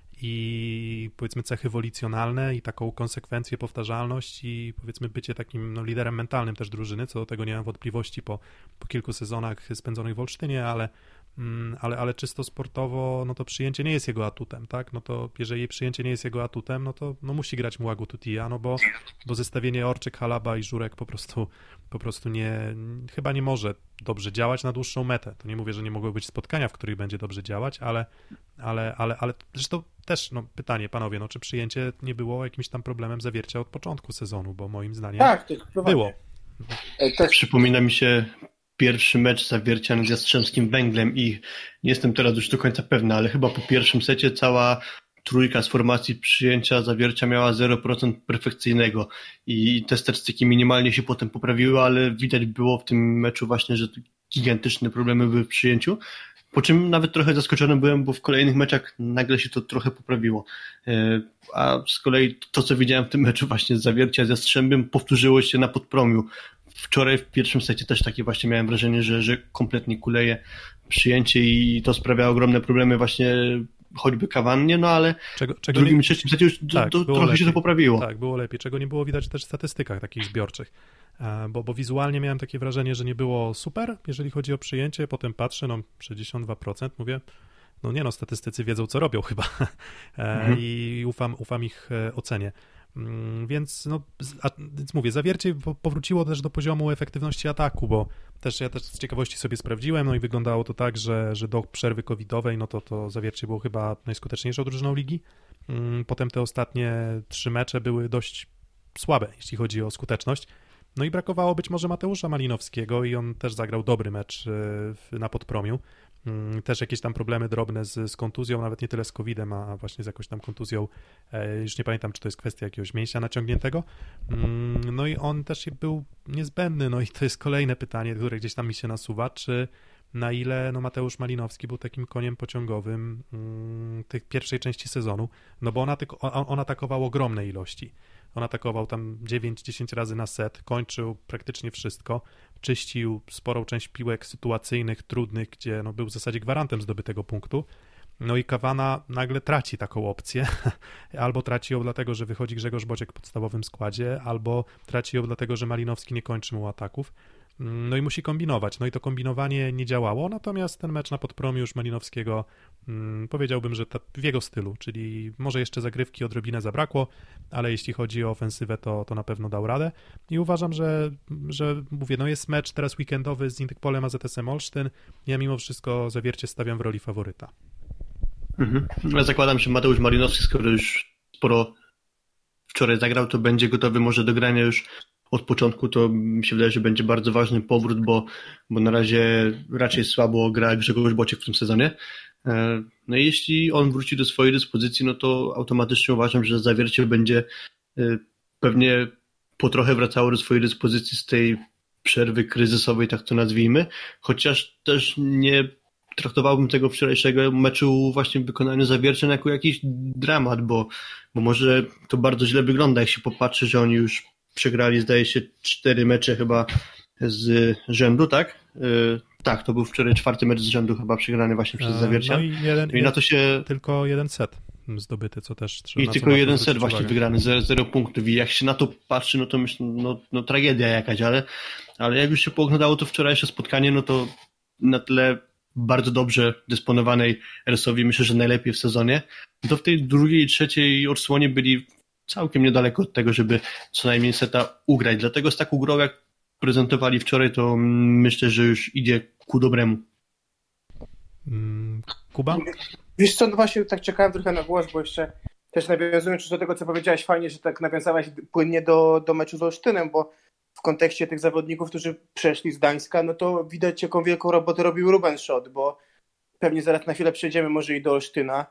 i powiedzmy cechy wolicjonalne i taką konsekwencję, powtarzalność i powiedzmy bycie takim no, liderem mentalnym też drużyny, co do tego nie mam wątpliwości po kilku sezonach spędzonych w Olsztynie, ale czysto sportowo, no to przyjęcie nie jest jego atutem, tak? No to jeżeli przyjęcie nie jest jego atutem, no to no musi grać Mułagu Tutia, no bo zestawienie Orczyk, Halaba i Żurek po prostu chyba nie może dobrze działać na dłuższą metę. To nie mówię, że nie mogły być spotkania, w których będzie dobrze działać, ale zresztą też no, pytanie, panowie, no czy przyjęcie nie było jakimś tam problemem Zawiercia od początku sezonu, bo moim zdaniem tak, to było. Przypomina mi się pierwszy mecz Zawiercia nad Jastrzębskim Węglem i nie jestem teraz już do końca pewny, ale chyba po pierwszym secie cała trójka z formacji przyjęcia Zawiercia miała 0% perfekcyjnego i te statystyki minimalnie się potem poprawiły, ale widać było w tym meczu właśnie, że gigantyczne problemy były w przyjęciu, po czym nawet trochę zaskoczony byłem, bo w kolejnych meczach nagle się to trochę poprawiło. A z kolei to, co widziałem w tym meczu właśnie z Zawiercia z Jastrzębiem, powtórzyło się na Podpromiu. Wczoraj w pierwszym secie też takie właśnie miałem wrażenie, że kompletnie kuleje przyjęcie i to sprawia ogromne problemy właśnie choćby Kawannie, no ale w drugim i trzecim secie już trochę lepiej. się to poprawiło. Tak, było lepiej, czego nie było widać też w statystykach takich zbiorczych, bo wizualnie miałem takie wrażenie, że nie było super, jeżeli chodzi o przyjęcie, potem patrzę, 62%, mówię, statystycy wiedzą, co robią chyba i ufam ich ocenie. Więc mówię, Zawiercie powróciło też do poziomu efektywności ataku, bo ja też z ciekawości sobie sprawdziłem, i wyglądało to tak, że do przerwy covidowej, to Zawiercie było chyba najskuteczniejszą drużyną ligi. Potem te ostatnie 3 mecze były dość słabe, jeśli chodzi o skuteczność. I brakowało być może Mateusza Malinowskiego i on też zagrał dobry mecz na Podpromiu. Też jakieś tam problemy drobne z kontuzją, nawet nie tyle z COVID-em, a właśnie z jakąś tam kontuzją, już nie pamiętam, czy to jest kwestia jakiegoś mięśnia naciągniętego. I on też był niezbędny, i to jest kolejne pytanie, które gdzieś tam mi się nasuwa, czy na ile Mateusz Malinowski był takim koniem pociągowym tej pierwszej części sezonu, bo on atakował ogromne ilości. On atakował tam 9-10 razy na set, kończył praktycznie wszystko, czyścił sporą część piłek sytuacyjnych, trudnych, gdzie był w zasadzie gwarantem zdobytego punktu. I Kawana nagle traci taką opcję. Albo traci ją dlatego, że wychodzi Grzegorz Bociek w podstawowym składzie, albo traci ją dlatego, że Malinowski nie kończy mu ataków. I musi kombinować. I to kombinowanie nie działało, natomiast ten mecz na Podpromiu już Malinowskiego powiedziałbym, że w jego stylu, czyli może jeszcze zagrywki odrobinę zabrakło, ale jeśli chodzi o ofensywę, to na pewno dał radę i uważam, że mówię, jest mecz teraz weekendowy z Indykpolem AZS-em Olsztyn. Ja mimo wszystko Zawiercie stawiam w roli faworyta. Ja zakładam, że Mateusz Malinowski, skoro już sporo wczoraj zagrał, to będzie gotowy może do grania już od początku, to mi się wydaje, że będzie bardzo ważny powrót, bo na razie raczej słabo gra Grzegorz Bociek w tym sezonie. I jeśli on wróci do swojej dyspozycji, to automatycznie uważam, że Zawiercie będzie pewnie po trochę wracało do swojej dyspozycji z tej przerwy kryzysowej, tak to nazwijmy, chociaż też nie traktowałbym tego wczorajszego meczu właśnie w wykonaniu Zawiercia jako jakiś dramat, bo może to bardzo źle wygląda, jak się popatrzy, że oni już przegrali, zdaje się, 4 mecze chyba z rzędu, tak? Tak, to był wczoraj 4. mecz z rzędu chyba przegrany właśnie przez Zawiercia. I na to się... Tylko 1 set zdobyty, co też trzeba... I tylko 1 set właśnie wygrany, 0 punktów. I jak się na to patrzy, to myślę, tragedia jakaś, ale jak już się pooglądało to wczorajsze spotkanie, to na tle bardzo dobrze dysponowanej RS-owi, myślę, że najlepiej w sezonie, to w tej drugiej i trzeciej odsłonie byli całkiem niedaleko od tego, żeby co najmniej seta ugrać. Dlatego z taką grą, jak prezentowali wczoraj, to myślę, że już idzie ku dobremu. Kuba? Wiesz co, właśnie tak czekałem trochę na głos, bo jeszcze też nawiązując już do tego, co powiedziałeś, fajnie, że tak nawiązałeś płynnie do meczu z Olsztynem, bo w kontekście tych zawodników, którzy przeszli z Gdańska, to widać, jaką wielką robotę robił Ruben Schott, bo pewnie zaraz na chwilę przejdziemy może i do Olsztyna.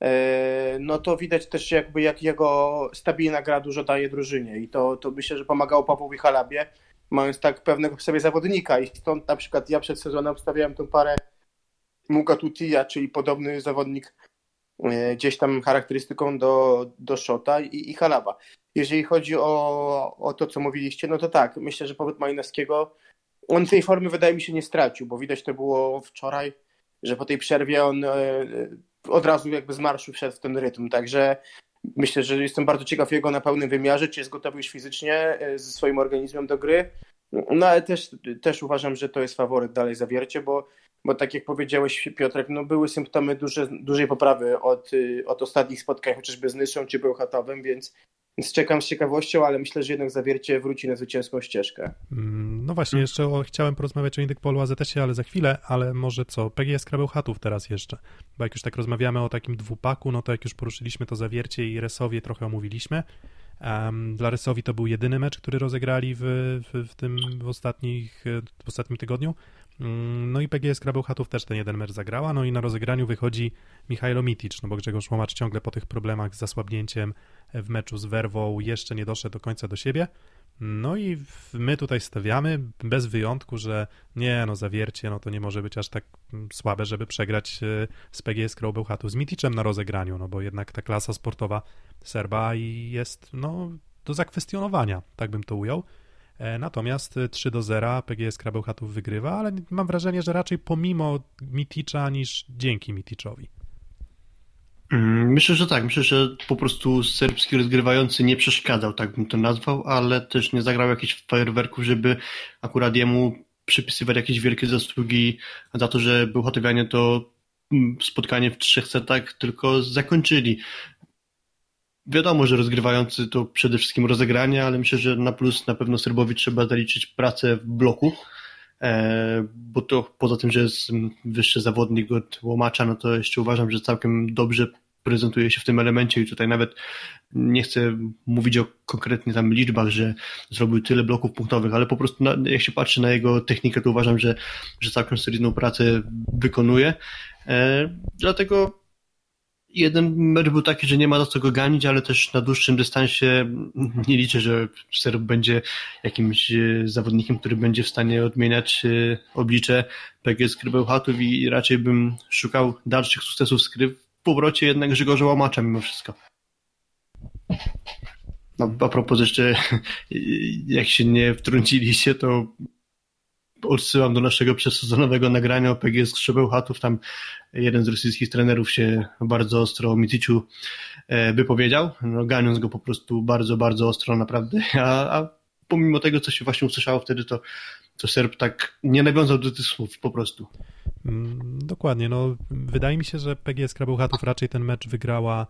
To widać też jak jego stabilna gra dużo daje drużynie i to myślę, że pomagało Pawłowi Halabie, mając tak pewnego w sobie zawodnika i stąd na przykład ja przed sezonem obstawiałem tą parę Muga Tutija, czyli podobny zawodnik gdzieś tam charakterystyką do Szotta i Halaba. Jeżeli chodzi o to, co mówiliście, to tak, myślę, że powrót Malinowskiego, on tej formy wydaje mi się nie stracił, bo widać to było wczoraj, że po tej przerwie on od razu jakby z marszu wszedł w ten rytm, także myślę, że jestem bardzo ciekaw jego na pełnym wymiarze, czy jest gotowy już fizycznie ze swoim organizmem do gry, ale też uważam, że to jest faworyt dalej Zawiercie, bo tak jak powiedziałeś, Piotrek, były symptomy dużej poprawy od ostatnich spotkań, chociażby z Nyszą czy Bełchatowem, więc czekam z ciekawością, ale myślę, że jednak Zawiercie wróci na zwycięską ścieżkę. Właśnie, jeszcze chciałem porozmawiać o Indykpolu AZS-ie, ale za chwilę, ale może PGS Bełchatów teraz jeszcze, bo jak już tak rozmawiamy o takim dwupaku, to jak już poruszyliśmy to Zawiercie i Resowie trochę omówiliśmy. Dla Resowi to był jedyny mecz, który rozegrali w ostatnim tygodniu. I PGS Bełchatów też ten jeden mecz zagrała, i na rozegraniu wychodzi Michajlo Mitic, bo Grzegorz Łomacz ciągle po tych problemach z zasłabnięciem w meczu z Werwą jeszcze nie doszedł do końca do siebie. I my tutaj stawiamy bez wyjątku, że Zawiercie, to nie może być aż tak słabe, żeby przegrać z PGS Bełchatów z Miticem na rozegraniu, bo jednak ta klasa sportowa Serba jest do zakwestionowania, tak bym to ujął. Natomiast 3-0 PGS Bełchatów wygrywa, ale mam wrażenie, że raczej pomimo Miticza niż dzięki Miticzowi. Myślę, że tak. Myślę, że po prostu serbski rozgrywający nie przeszkadzał, tak bym to nazwał, ale też nie zagrał jakichś fajerwerków, żeby akurat jemu przypisywać jakieś wielkie zasługi za to, że Bełchatowianie to spotkanie w 3 setach tylko zakończyli. Wiadomo, że rozgrywający to przede wszystkim rozegranie, ale myślę, że na plus na pewno Serbowi trzeba zaliczyć pracę w bloku, bo to poza tym, że jest wyższy zawodnik od Łomacza, no to jeszcze uważam, że całkiem dobrze prezentuje się w tym elemencie i tutaj nawet nie chcę mówić o konkretnie tam liczbach, że zrobił tyle bloków punktowych, ale po prostu jak się patrzy na jego technikę, to uważam, że całkiem solidną pracę wykonuje. Dlatego jeden mecz był taki, że nie ma za co go ganić, ale też na dłuższym dystansie nie liczę, że Serb będzie jakimś zawodnikiem, który będzie w stanie odmieniać oblicze PGS Bełchatów i raczej bym szukał dalszych sukcesów w powrocie jednak Grzegorza Łomacza mimo wszystko. No, a propos jeszcze, jak się nie wtrąciliście, to odsyłam do naszego przesezonowego nagrania o PGS Bełchatów. Tam jeden z rosyjskich trenerów się bardzo ostro o Miticiu wypowiedział, no, ganiąc go po prostu bardzo, bardzo ostro naprawdę, a pomimo tego, co się właśnie usłyszało wtedy, to Serb tak nie nawiązał do tych słów po prostu. Dokładnie, no wydaje mi się, że PGS Bełchatów raczej ten mecz wygrała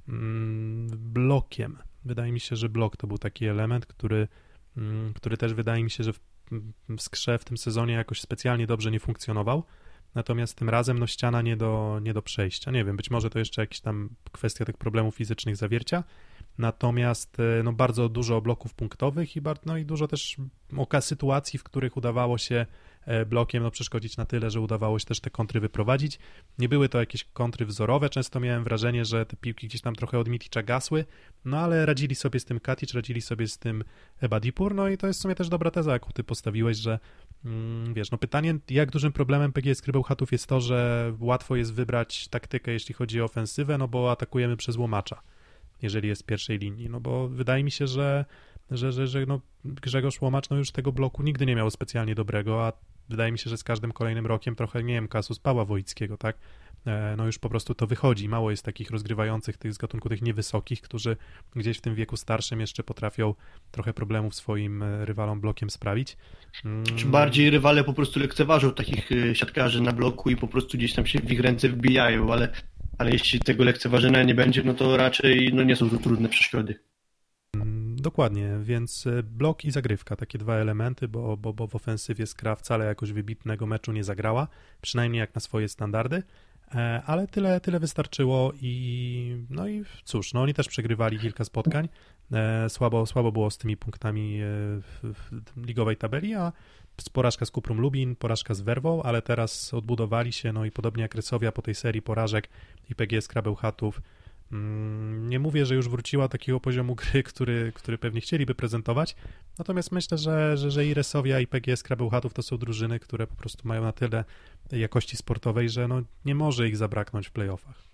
blokiem. Wydaje mi się, że blok to był taki element, który też wydaje mi się, że w Skrze w tym sezonie jakoś specjalnie dobrze nie funkcjonował, natomiast tym razem no ściana nie do przejścia. Nie wiem, być może to jeszcze jakieś tam kwestia tych problemów fizycznych zawiercia, natomiast no bardzo dużo bloków punktowych i dużo też sytuacji, w których udawało się blokiem przeszkodzić na tyle, że udawało się też te kontry wyprowadzić. Nie były to jakieś kontry wzorowe, często miałem wrażenie, że te piłki gdzieś tam trochę od Miticza gasły, no ale radzili sobie z tym Katic, radzili sobie z tym Ebadipur, no i to jest w sumie też dobra teza, jaką ty postawiłeś, że wiesz, no pytanie, jak dużym problemem PGS Bełchatów jest to, że łatwo jest wybrać taktykę, jeśli chodzi o ofensywę, no bo atakujemy przez Łomacza, jeżeli jest w pierwszej linii, no bo wydaje mi się, że no, Grzegorz Łomacz no już tego bloku nigdy nie miał specjalnie dobrego, a wydaje mi się, że z każdym kolejnym rokiem trochę, nie wiem, kasus Pawła Wojickiego, tak? No już po prostu to wychodzi. Mało jest takich rozgrywających tych z gatunku tych niewysokich, którzy gdzieś w tym wieku starszym jeszcze potrafią trochę problemów swoim rywalom blokiem sprawić. Czy bardziej rywale po prostu lekceważą takich siatkarzy na bloku i po prostu gdzieś tam się w ich ręce wbijają, ale jeśli tego lekceważenia nie będzie, no to raczej no nie są to trudne przeszkody. Dokładnie, więc blok i zagrywka, takie dwa elementy, bo w ofensywie Skra wcale jakoś wybitnego meczu nie zagrała, przynajmniej jak na swoje standardy, ale tyle wystarczyło i no i cóż, no oni też przegrywali kilka spotkań, słabo było z tymi punktami w ligowej tabeli, a porażka z Kuprum Lubin, porażka z Werwą, ale teraz odbudowali się, no i podobnie jak Rysowia po tej serii porażek i PGS Bełchatów. Nie mówię, że już wróciła do takiego poziomu gry, który pewnie chcieliby prezentować, natomiast myślę, że i Resowia, i PGS Bełchatów to są drużyny, które po prostu mają na tyle jakości sportowej, że no nie może ich zabraknąć w playoffach.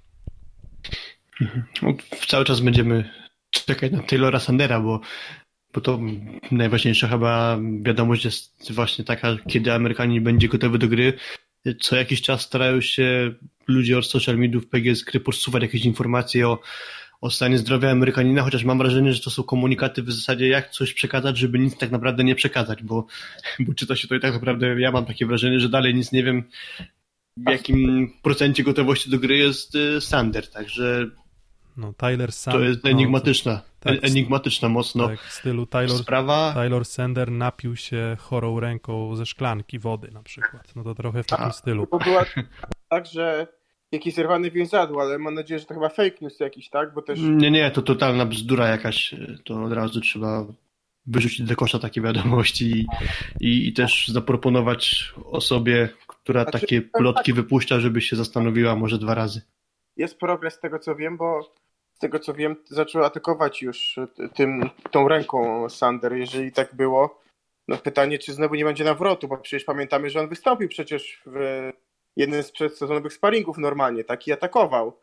No, cały czas będziemy czekać na Taylora Sandera, bo to najważniejsza chyba wiadomość jest właśnie taka, kiedy Amerykanin będzie gotowy do gry. Co jakiś czas starają się ludzie od social mediów PGS posuwać jakieś informacje o stanie zdrowia Amerykanina, chociaż mam wrażenie, że to są komunikaty w zasadzie jak coś przekazać, żeby nic tak naprawdę nie przekazać, bo czyta się to i tak naprawdę, ja mam takie wrażenie, że dalej nic nie wiem, w jakim procencie gotowości do gry jest Sander, także no, Tyler Sander, to jest enigmatyczna mocno tak, w stylu sprawa. Taylor Sander napił się chorą ręką ze szklanki wody na przykład, no to trochę w takim stylu. Bo była tak, że jakiś zerwany więzadło, ale mam nadzieję, że to chyba fake news jakiś, tak? Bo też... Nie, to totalna bzdura jakaś, to od razu trzeba wyrzucić do kosza takie wiadomości i też zaproponować osobie, która takie plotki wypuszcza, żeby się zastanowiła może 2 razy. Jest progres z tego co wiem, bo z tego co wiem zaczął atakować już tą ręką Sander, jeżeli tak było. No pytanie, czy znowu nie będzie nawrotu, bo przecież pamiętamy, że on wystąpił przecież w jednym z przedsezonowych sparingów normalnie, tak i atakował.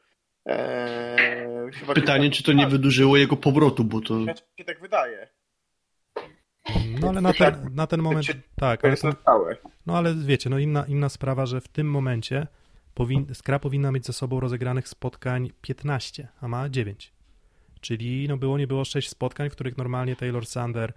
Pytanie, czy to nie wydłużyło jego powrotu, bo to... Mi się tak wydaje. No ale na ten moment tak. To jest na stałe. No ale wiecie, no inna sprawa, że w tym momencie Skra powinna mieć ze sobą rozegranych spotkań 15, a ma 9. Czyli no było nie było 6 spotkań, w których normalnie Taylor Sander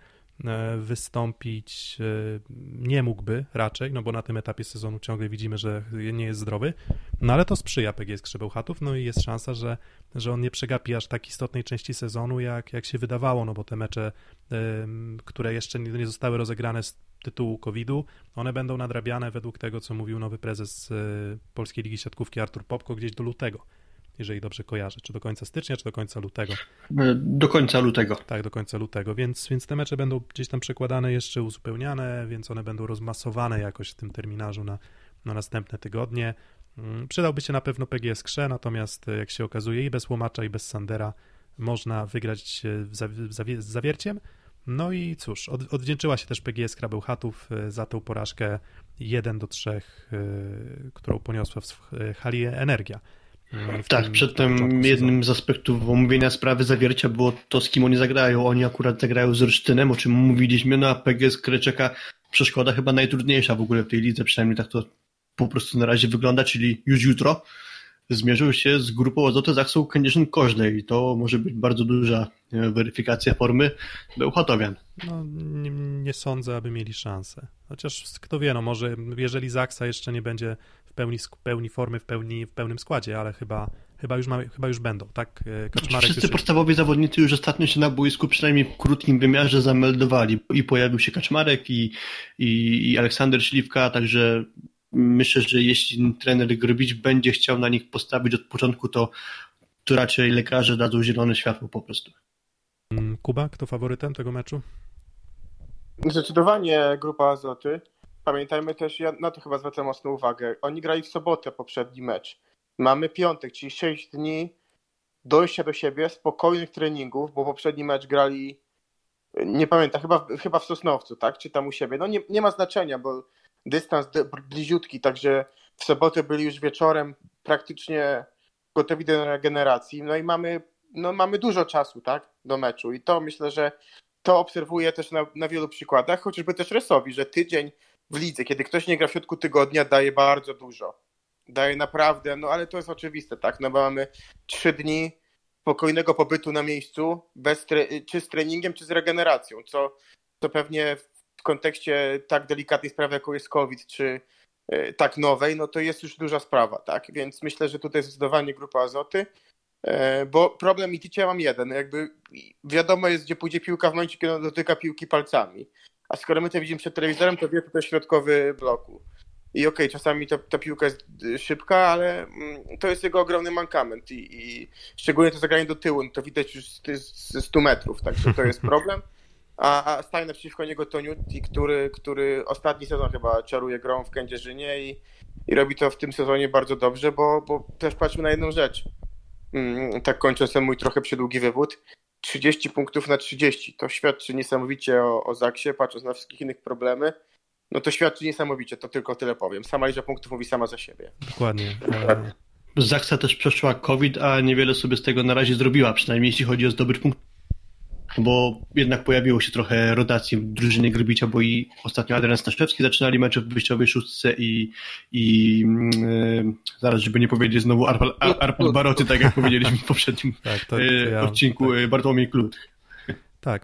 wystąpić nie mógłby raczej, no bo na tym etapie sezonu ciągle widzimy, że nie jest zdrowy, no ale to sprzyja PGS Krzebełchatów, no i jest szansa, że on nie przegapi aż tak istotnej części sezonu, jak się wydawało, no bo te mecze, które jeszcze nie zostały rozegrane z tytułu COVID-u, one będą nadrabiane według tego, co mówił nowy prezes Polskiej Ligi Siatkówki Artur Popko gdzieś do lutego, jeżeli dobrze kojarzę, czy do końca stycznia, czy do końca lutego. Do końca lutego. Tak, do końca lutego, więc te mecze będą gdzieś tam przekładane, jeszcze uzupełniane, więc one będą rozmasowane jakoś w tym terminarzu na następne tygodnie. Przydałby się na pewno PGS Krze, natomiast jak się okazuje i bez Łomacza, i bez Sandera można wygrać z Zawierciem. No i cóż, odwdzięczyła się też PGS Krabełchatów za tę porażkę 1-3, którą poniosła w hali Energia. Tak, przedtem jednym z aspektów omówienia sprawy Zawiercia było to, z kim oni zagrają. Oni akurat zagrają z Olsztynem, o czym mówiliśmy, no a PGS Krę czeka przeszkoda chyba najtrudniejsza w ogóle w tej lidze, przynajmniej tak to po prostu na razie wygląda, czyli już jutro zmierzył się z grupą Azoty Zaksą Kędzierzyn-Koźle i to może być bardzo duża weryfikacja formy bełchatowian. No nie sądzę, aby mieli szansę. Chociaż kto wie, no może jeżeli Zaksa jeszcze nie będzie w pełni formy, w pełnym składzie, ale chyba już będą, tak? Kaczmarek Wszyscy podstawowi zawodnicy już ostatnio się na boisku przynajmniej w krótkim wymiarze zameldowali i pojawił się Kaczmarek i Aleksander Śliwka, także myślę, że jeśli trener Grbić będzie chciał na nich postawić od początku, to raczej lekarze dadzą zielone światło po prostu. Kuba, kto faworytem tego meczu? Zdecydowanie grupa Azoty. Pamiętajmy też, ja na to chyba zwracam mocną uwagę, oni grali w sobotę poprzedni mecz. Mamy piątek, czyli 6 dni dojścia do siebie, spokojnych treningów, bo poprzedni mecz grali, nie pamiętam, chyba w Sosnowcu, tak? Czy tam u siebie. No nie ma znaczenia, bo dystans bliziutki, także w sobotę byli już wieczorem praktycznie gotowi do regeneracji. No i mamy dużo czasu, tak? Do meczu i to myślę, że to obserwuję też na wielu przykładach, chociażby też Resowi, że tydzień w lidze, kiedy ktoś nie gra w środku tygodnia, daje bardzo dużo. Daje naprawdę, no ale to jest oczywiste, tak? No bo mamy 3 dni spokojnego pobytu na miejscu, czy z treningiem, czy z regeneracją, co pewnie w kontekście tak delikatnej sprawy, jaką jest COVID, czy tak nowej, no to jest już duża sprawa, tak? Więc myślę, że tutaj zdecydowanie grupa Azoty, bo problem Miticia mam jeden, jakby wiadomo jest, gdzie pójdzie piłka w momencie, kiedy on dotyka piłki palcami, a skoro my to widzimy przed telewizorem, to wie, to środkowy bloku. I okej, czasami ta piłka jest szybka, ale to jest jego ogromny mankament i szczególnie to zagranie do tyłu, no to widać już ze 100 metrów, także to jest problem. A staje naprzeciwko niego Toniutti, który ostatni sezon chyba czaruje grą w Kędzierzynie i robi to w tym sezonie bardzo dobrze, bo też patrzmy na jedną rzecz. Tak kończąc ten mój trochę przydługi wywód. 30 punktów na 30. To świadczy niesamowicie o Zaksie, patrząc na wszystkich innych problemy. No to świadczy niesamowicie, to tylko tyle powiem. Sama liczba punktów mówi sama za siebie. Dokładnie. Zaksa też przeszła COVID, a niewiele sobie z tego na razie zrobiła, przynajmniej jeśli chodzi o zdobyć punkt. Bo jednak pojawiło się trochę rotacji w drużynie Grbicia, bo i ostatnio Adrian Staszczewski zaczynali mecze w wyjściowej szóstce i zaraz, żeby nie powiedzieć znowu Arpad Baroty, tak jak powiedzieliśmy w poprzednim odcinku, Bartłomiej Klut. Tak,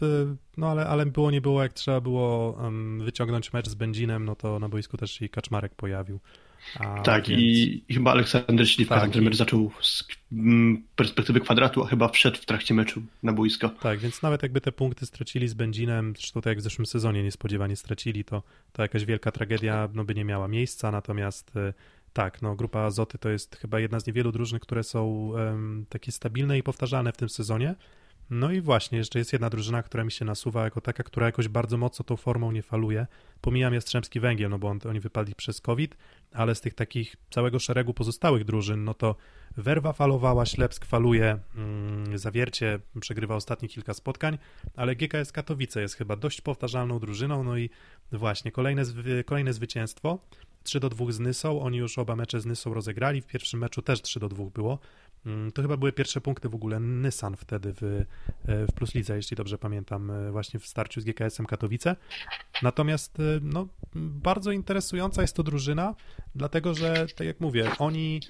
ale było nie było, jak trzeba było wyciągnąć mecz z Będzinem, no to na boisku też się i Kaczmarek pojawił. Tak, więc... i chyba Aleksander Śliwka, ten mecz zaczął z perspektywy kwadratu, a chyba wszedł w trakcie meczu na boisko. Tak, więc nawet jakby te punkty stracili z Będzinem, zresztą tak jak w zeszłym sezonie niespodziewanie stracili, to jakaś wielka tragedia by nie miała miejsca, natomiast tak, grupa Azoty to jest chyba jedna z niewielu drużyn, które są takie stabilne i powtarzalne w tym sezonie. No i właśnie, jeszcze jest jedna drużyna, która mi się nasuwa jako taka, która jakoś bardzo mocno tą formą nie faluje. Pomijam Jastrzębski Węgiel, no bo oni wypadli przez COVID, ale z tych takich całego szeregu pozostałych drużyn, no to Werwa falowała, Ślepsk faluje, Zawiercie przegrywa ostatnie kilka spotkań, ale GKS Katowice jest chyba dość powtarzalną drużyną, no i właśnie kolejne zwycięstwo, 3-2 z Nysą, oni już oba mecze z Nysą rozegrali, w pierwszym meczu też 3-2 było, To chyba były pierwsze punkty w ogóle Nysan wtedy w Plus Lidze, jeśli dobrze pamiętam, właśnie w starciu z GKS-em Katowice. Natomiast no, bardzo interesująca jest to drużyna, dlatego że, tak jak mówię, oni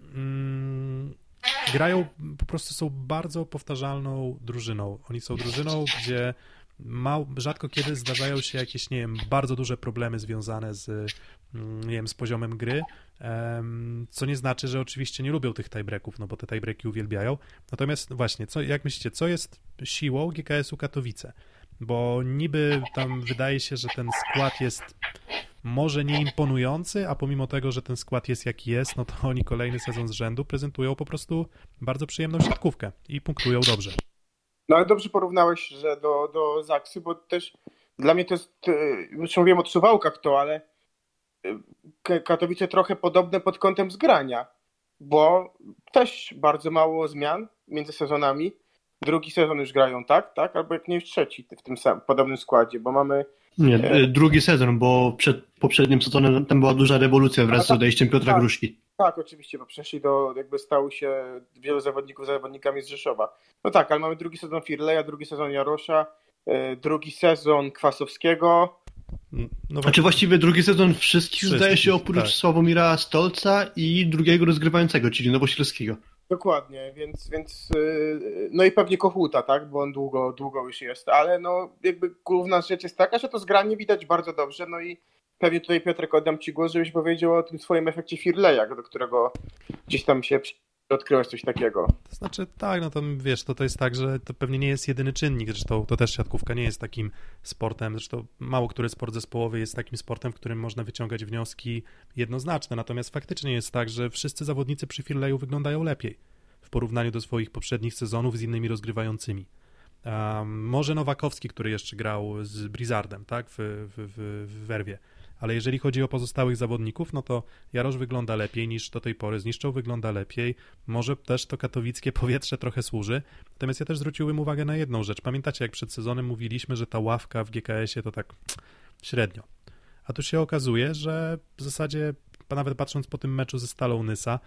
grają, po prostu są bardzo powtarzalną drużyną. Oni są drużyną, gdzie rzadko kiedy zdarzają się jakieś, nie wiem, bardzo duże problemy związane z, nie wiem, z poziomem gry, co nie znaczy, że oczywiście nie lubią tych tiebreaków, no bo te tiebreaki uwielbiają. Natomiast właśnie, jak myślicie, co jest siłą GKS-u Katowice? Bo niby tam wydaje się, że ten skład jest może nie imponujący, a pomimo tego, że ten skład jest jaki jest, no to oni kolejny sezon z rzędu prezentują po prostu bardzo przyjemną siatkówkę i punktują dobrze. No ale dobrze porównałeś, że do Zaksy, bo też dla mnie to jest, już mówiłem o Suwałkach ale Katowice trochę podobne pod kątem zgrania, bo też bardzo mało zmian między sezonami. Drugi sezon już grają, tak? Albo jak nie już trzeci w tym samym podobnym składzie, bo mamy... Nie, drugi sezon, bo przed poprzednim sezonem tam była duża rewolucja wraz z odejściem Piotra Gruszki. Tak, oczywiście, bo przeszli jakby stało się wielu zawodników zawodnikami z Rzeszowa. No tak, ale mamy drugi sezon Firleja, drugi sezon Jarosza, drugi sezon Kwasowskiego. No znaczy właściwie drugi sezon wszystkich zdaje się oprócz tak. Sławomira Stolca i drugiego rozgrywającego, czyli Nowosilskiego. Dokładnie, więc no i pewnie Kochuta, tak, bo on długo już jest, ale no jakby główna rzecz jest taka, że to zgranie widać bardzo dobrze, no i pewnie tutaj Piotrek oddam Ci głos, żebyś powiedział o tym swoim efekcie Firleja, do którego gdzieś tam się odkryłeś coś takiego. To znaczy tak, no to wiesz, to jest tak, że to pewnie nie jest jedyny czynnik, zresztą to też siatkówka nie jest takim sportem, zresztą mało który sport zespołowy jest takim sportem, w którym można wyciągać wnioski jednoznaczne, natomiast faktycznie jest tak, że wszyscy zawodnicy przy Firleju wyglądają lepiej w porównaniu do swoich poprzednich sezonów z innymi rozgrywającymi. Może Nowakowski, który jeszcze grał z Blizzardem, tak, w Werwie. Ale jeżeli chodzi o pozostałych zawodników, no to Jarosz wygląda lepiej niż do tej pory, Zniszczał wygląda lepiej, może też to katowickie powietrze trochę służy, natomiast ja też zwróciłem uwagę na jedną rzecz. Pamiętacie, jak przed sezonem mówiliśmy, że ta ławka w GKS-ie to tak średnio. A tu się okazuje, że w zasadzie, nawet patrząc po tym meczu ze Stalą Nysa,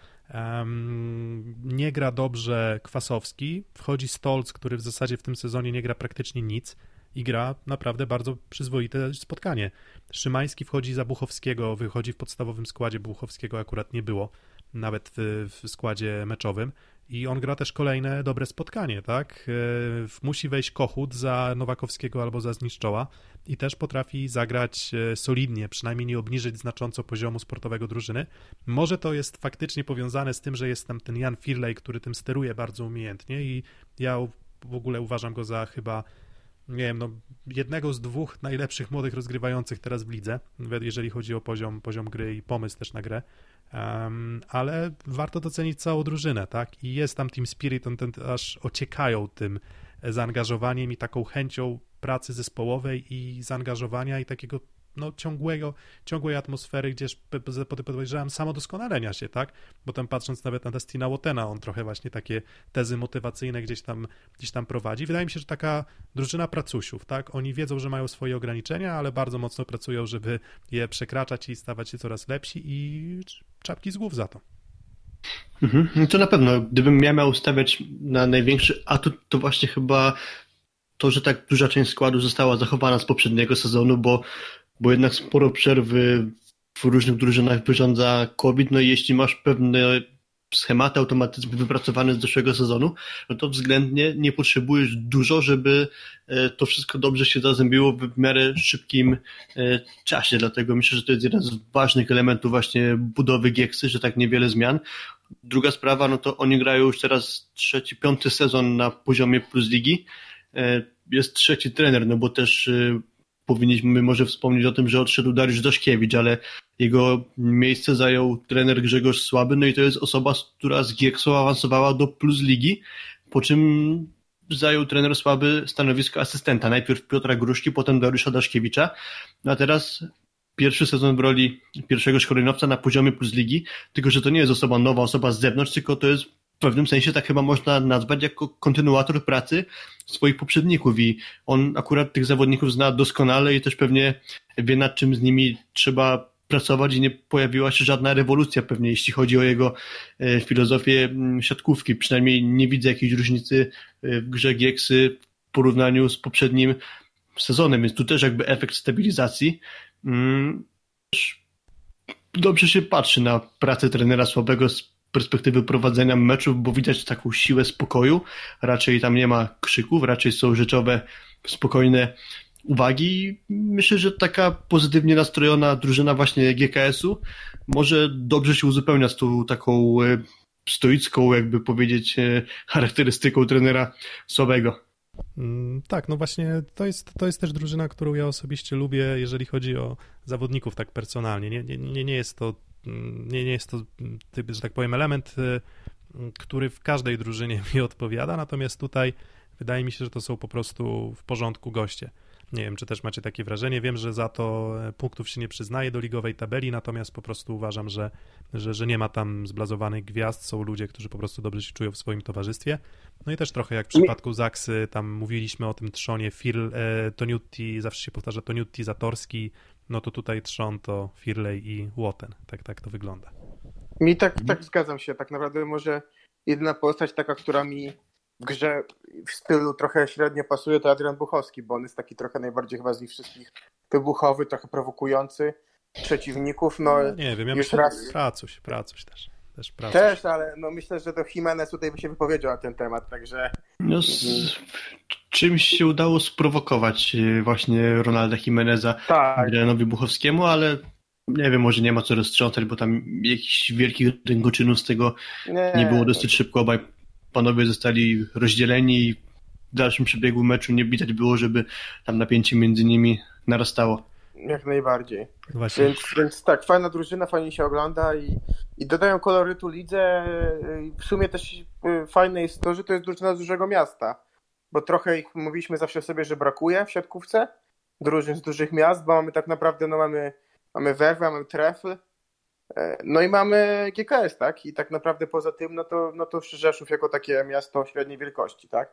nie gra dobrze Kwasowski, wchodzi Stolc, który w zasadzie w tym sezonie nie gra praktycznie nic, i gra naprawdę bardzo przyzwoite spotkanie. Szymański wchodzi za Buchowskiego, wychodzi w podstawowym składzie, Buchowskiego akurat nie było, nawet w składzie meczowym i on gra też kolejne dobre spotkanie, tak? Musi wejść Kochut za Nowakowskiego albo za Zniszczoła i też potrafi zagrać solidnie, przynajmniej nie obniżyć znacząco poziomu sportowego drużyny. Może to jest faktycznie powiązane z tym, że jest tam ten Jan Firlej, który tym steruje bardzo umiejętnie i ja w ogóle uważam go za chyba nie wiem, no jednego z dwóch najlepszych młodych rozgrywających teraz w lidze, jeżeli chodzi o poziom gry i pomysł też na grę, ale warto docenić całą drużynę, tak? I jest tam Team Spirit, aż ociekają tym zaangażowaniem i taką chęcią pracy zespołowej i zaangażowania i takiego no, ciągłej atmosfery, gdzieś podejrzewam samodoskonalenia się, tak? Bo tam patrząc nawet na Dustina Wattena, on trochę właśnie takie tezy motywacyjne gdzieś tam prowadzi. Wydaje mi się, że taka drużyna pracusiów, tak? Oni wiedzą, że mają swoje ograniczenia, ale bardzo mocno pracują, żeby je przekraczać i stawać się coraz lepsi i czapki z głów za to. No to na pewno, gdybym ja miał stawiać na największy atut, to właśnie chyba to, że tak duża część składu została zachowana z poprzedniego sezonu, bo jednak sporo przerwy w różnych drużynach wyrządza COVID, no i jeśli masz pewne schematy, automatyzmy wypracowane z zeszłego sezonu, no to względnie nie potrzebujesz dużo, żeby to wszystko dobrze się zazębiło w miarę szybkim czasie, dlatego myślę, że to jest jeden z ważnych elementów właśnie budowy Gieksy, że tak niewiele zmian. Druga sprawa, no to oni grają już teraz 5. sezon na poziomie Plus Ligi, jest 3. trener, no bo też powinniśmy może wspomnieć o tym, że odszedł Dariusz Daszkiewicz, ale jego miejsce zajął trener Grzegorz Słaby, no i to jest osoba, która z Gieksą awansowała do Plus Ligi, po czym zajął trener Słaby stanowisko asystenta. Najpierw Piotra Gruszki, potem Dariusza Daszkiewicza, a teraz pierwszy sezon w roli pierwszego szkoleniowca na poziomie Plus Ligi, tylko że to nie jest osoba nowa, osoba z zewnątrz, tylko to jest w pewnym sensie tak chyba można nazwać jako kontynuator pracy swoich poprzedników i on akurat tych zawodników zna doskonale i też pewnie wie, nad czym z nimi trzeba pracować i nie pojawiła się żadna rewolucja pewnie, jeśli chodzi o jego filozofię siatkówki. Przynajmniej nie widzę jakiejś różnicy w grze Gieksy w porównaniu z poprzednim sezonem, więc tu też jakby efekt stabilizacji. Dobrze się patrzy na pracę trenera Słabego z perspektywy prowadzenia meczów, bo widać taką siłę spokoju. Raczej tam nie ma krzyków, raczej są rzeczowe, spokojne uwagi. Myślę, że taka pozytywnie nastrojona drużyna właśnie GKS-u może dobrze się uzupełnia z tą taką stoicką, jakby powiedzieć, charakterystyką trenera Słabego. Tak, no właśnie to jest też drużyna, którą ja osobiście lubię, jeżeli chodzi o zawodników tak personalnie. Nie jest to, że tak powiem, element, który w każdej drużynie mi odpowiada, natomiast tutaj wydaje mi się, że to są po prostu w porządku goście. Nie wiem, czy też macie takie wrażenie. Wiem, że za to punktów się nie przyznaje do ligowej tabeli, natomiast po prostu uważam, że nie ma tam zblazowanych gwiazd. Są ludzie, którzy po prostu dobrze się czują w swoim towarzystwie. No i też trochę jak w przypadku Zaksy, tam mówiliśmy o tym trzonie Toniutti, zawsze się powtarza Toniutti, Zatorski, no to tutaj trzon to Firley i Łoten. Tak to wygląda. Mi tak zgadzam się. Tak naprawdę może jedyna postać taka, która mi w grze w stylu trochę średnio pasuje, to Adrian Buchowski, bo on jest taki trochę najbardziej chyba z nich wszystkich wybuchowy, trochę prowokujący przeciwników. No nie wiem, ja już myślę, raz... Pracuś też. Też, ale no myślę, że to Jimenez tutaj by się wypowiedział na ten temat, także... No, czymś się udało sprowokować właśnie Ronalda Jimeneza Adrianowi Buchowskiemu, ale nie wiem, może nie ma co roztrząsać, bo tam jakichś wielkich rękoczynów z tego nie było dosyć szybko. Obaj panowie zostali rozdzieleni i w dalszym przebiegu meczu nie widać było, żeby tam napięcie między nimi narastało. Jak najbardziej. Właśnie. Więc tak, fajna drużyna, fajnie się ogląda i dodają kolorytu lidze. W sumie też fajne jest to, że to jest drużyna z dużego miasta, bo trochę ich mówiliśmy zawsze sobie, że brakuje w siatkówce drużyn z dużych miast, bo mamy tak naprawdę, no mamy Werwę, mamy Trefl, no i mamy GKS, tak? I tak naprawdę poza tym, no to Rzeszów jako takie miasto średniej wielkości, tak?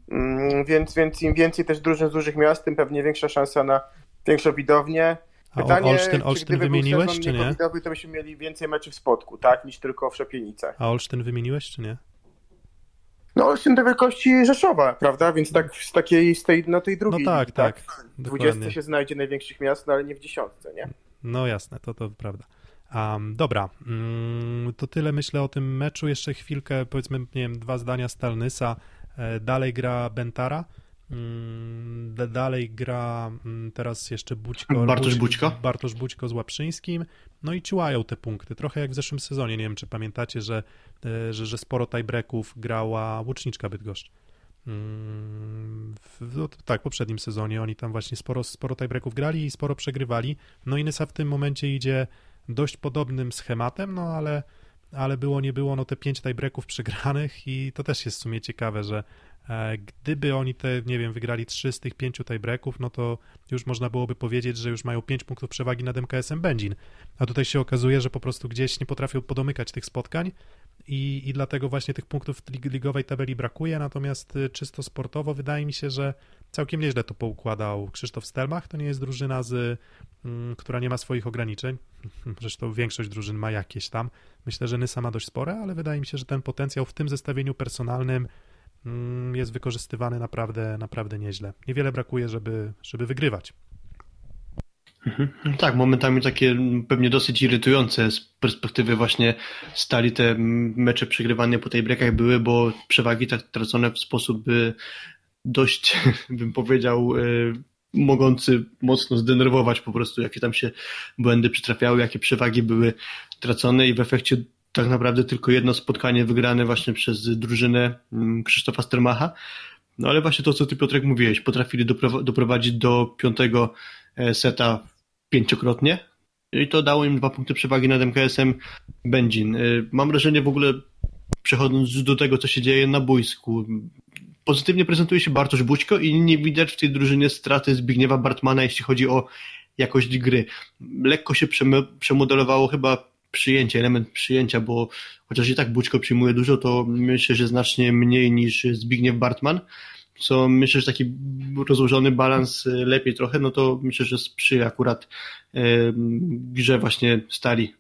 Więc im więcej też drużyn z dużych miast, tym pewnie większa szansa na większą widownię. Pytanie, Olsztyn wymieniłeś, czy nie? To byśmy mieli więcej meczy w Spodku, tak? Niż tylko w Szopienicach. A Olsztyn wymieniłeś, czy nie? No Olsztyn do wielkości Rzeszowa, prawda? Więc tak z tej drugiej. No tak. W 20 się znajdzie największych miast, no ale nie w 10, nie? No jasne, to prawda. Dobra, to tyle myślę o tym meczu. Jeszcze chwilkę, powiedzmy, nie wiem, 2 zdania z Talnysa. Dalej gra Bentara. Dalej gra teraz jeszcze Bartosz Bućko z Łaprzyńskim. No i ciułają te punkty. Trochę jak w zeszłym sezonie. Nie wiem, czy pamiętacie, że sporo tiebreaków grała Łuczniczka Bydgoszcz. Tak, w poprzednim sezonie oni tam właśnie sporo tiebreaków grali i sporo przegrywali. No i Nysa w tym momencie idzie dość podobnym schematem, no ale było nie było, no te 5 tiebreaków przegranych i to też jest w sumie ciekawe, że gdyby oni nie wiem, wygrali 3 z tych 5 tiebreaków, no to już można byłoby powiedzieć, że już mają 5 punktów przewagi nad MKS-em Będzin. A tutaj się okazuje, że po prostu gdzieś nie potrafią podomykać tych spotkań i dlatego właśnie tych punktów w ligowej tabeli brakuje, natomiast czysto sportowo wydaje mi się, że całkiem nieźle to poukładał Krzysztof Stelmach. To nie jest drużyna, która nie ma swoich ograniczeń. Zresztą większość drużyn ma jakieś tam. Myślę, że Nysa ma dość spore, ale wydaje mi się, że ten potencjał w tym zestawieniu personalnym jest wykorzystywany naprawdę nieźle. Niewiele brakuje, żeby wygrywać. Tak, momentami takie pewnie dosyć irytujące z perspektywy właśnie Stali te mecze przegrywane po tej breakach były, bo przewagi tak tracone w sposób dość, bym powiedział, mogący mocno zdenerwować po prostu, jakie tam się błędy przytrafiały, jakie przewagi były tracone i w efekcie tak naprawdę tylko jedno spotkanie wygrane właśnie przez drużynę Krzysztofa Stelmacha. No ale właśnie to, co ty, Piotrek, mówiłeś, potrafili doprowadzić do 5. seta 5-krotnie i to dało im 2 punkty przewagi nad MKS-em Będzin. Mam wrażenie w ogóle, przechodząc do tego, co się dzieje na boisku, pozytywnie prezentuje się Bartosz Bućko i nie widać w tej drużynie straty Zbigniewa Bartmana, jeśli chodzi o jakość gry. Lekko się przemodelowało chyba element przyjęcia, bo chociaż i tak Bućko przyjmuje dużo, to myślę, że znacznie mniej niż Zbigniew Bartman, co myślę, że taki rozłożony balans lepiej trochę, no to myślę, że sprzyja akurat grze właśnie Stali.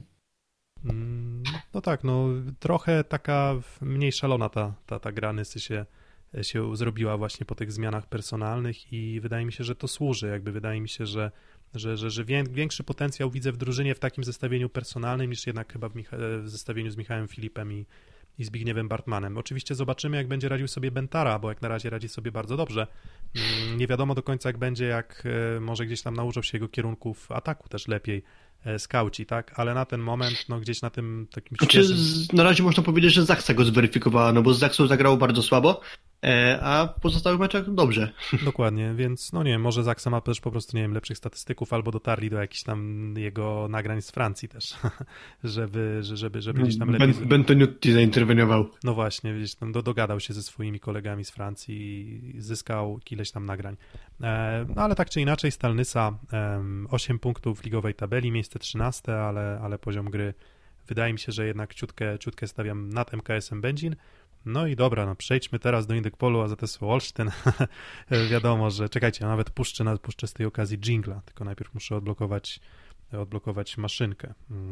No tak, no trochę taka mniej szalona ta gra Nysy się zrobiła właśnie po tych zmianach personalnych i wydaje mi się, że to służy, jakby wydaje mi się, że większy potencjał widzę w drużynie w takim zestawieniu personalnym niż jednak chyba w zestawieniu z Michałem Filipem i Zbigniewem Bartmanem. Oczywiście zobaczymy, jak będzie radził sobie Bentara, bo jak na razie radzi sobie bardzo dobrze. Nie wiadomo do końca, jak będzie, jak może gdzieś tam nauczą się jego kierunków ataku też lepiej skauci, tak? Ale na ten moment, no gdzieś na tym takim świeżym... Na razie można powiedzieć, że Zaksa go zweryfikowała, no bo z Zaksą zagrało bardzo słabo, a w pozostałych meczach dobrze. Dokładnie, więc no nie wiem, może Zaksa ma też po prostu, nie wiem, lepszych statystyków albo dotarli do jakichś tam jego nagrań z Francji też, żeby gdzieś tam lepiej... Bentoniutti zainterweniował. No właśnie, gdzieś tam dogadał się ze swoimi kolegami z Francji i zyskał ileś tam nagrań. No ale tak czy inaczej Stal Nysa 8 punktów w ligowej tabeli, miejsce 13, ale poziom gry wydaje mi się, że jednak ciutkę stawiam nad MKS-em Będzin. No i dobra, no przejdźmy teraz do Indykpolu AZS Olsztyn. Wiadomo, że czekajcie, ja nawet puszczę z tej okazji dżingla, tylko najpierw muszę odblokować maszynkę.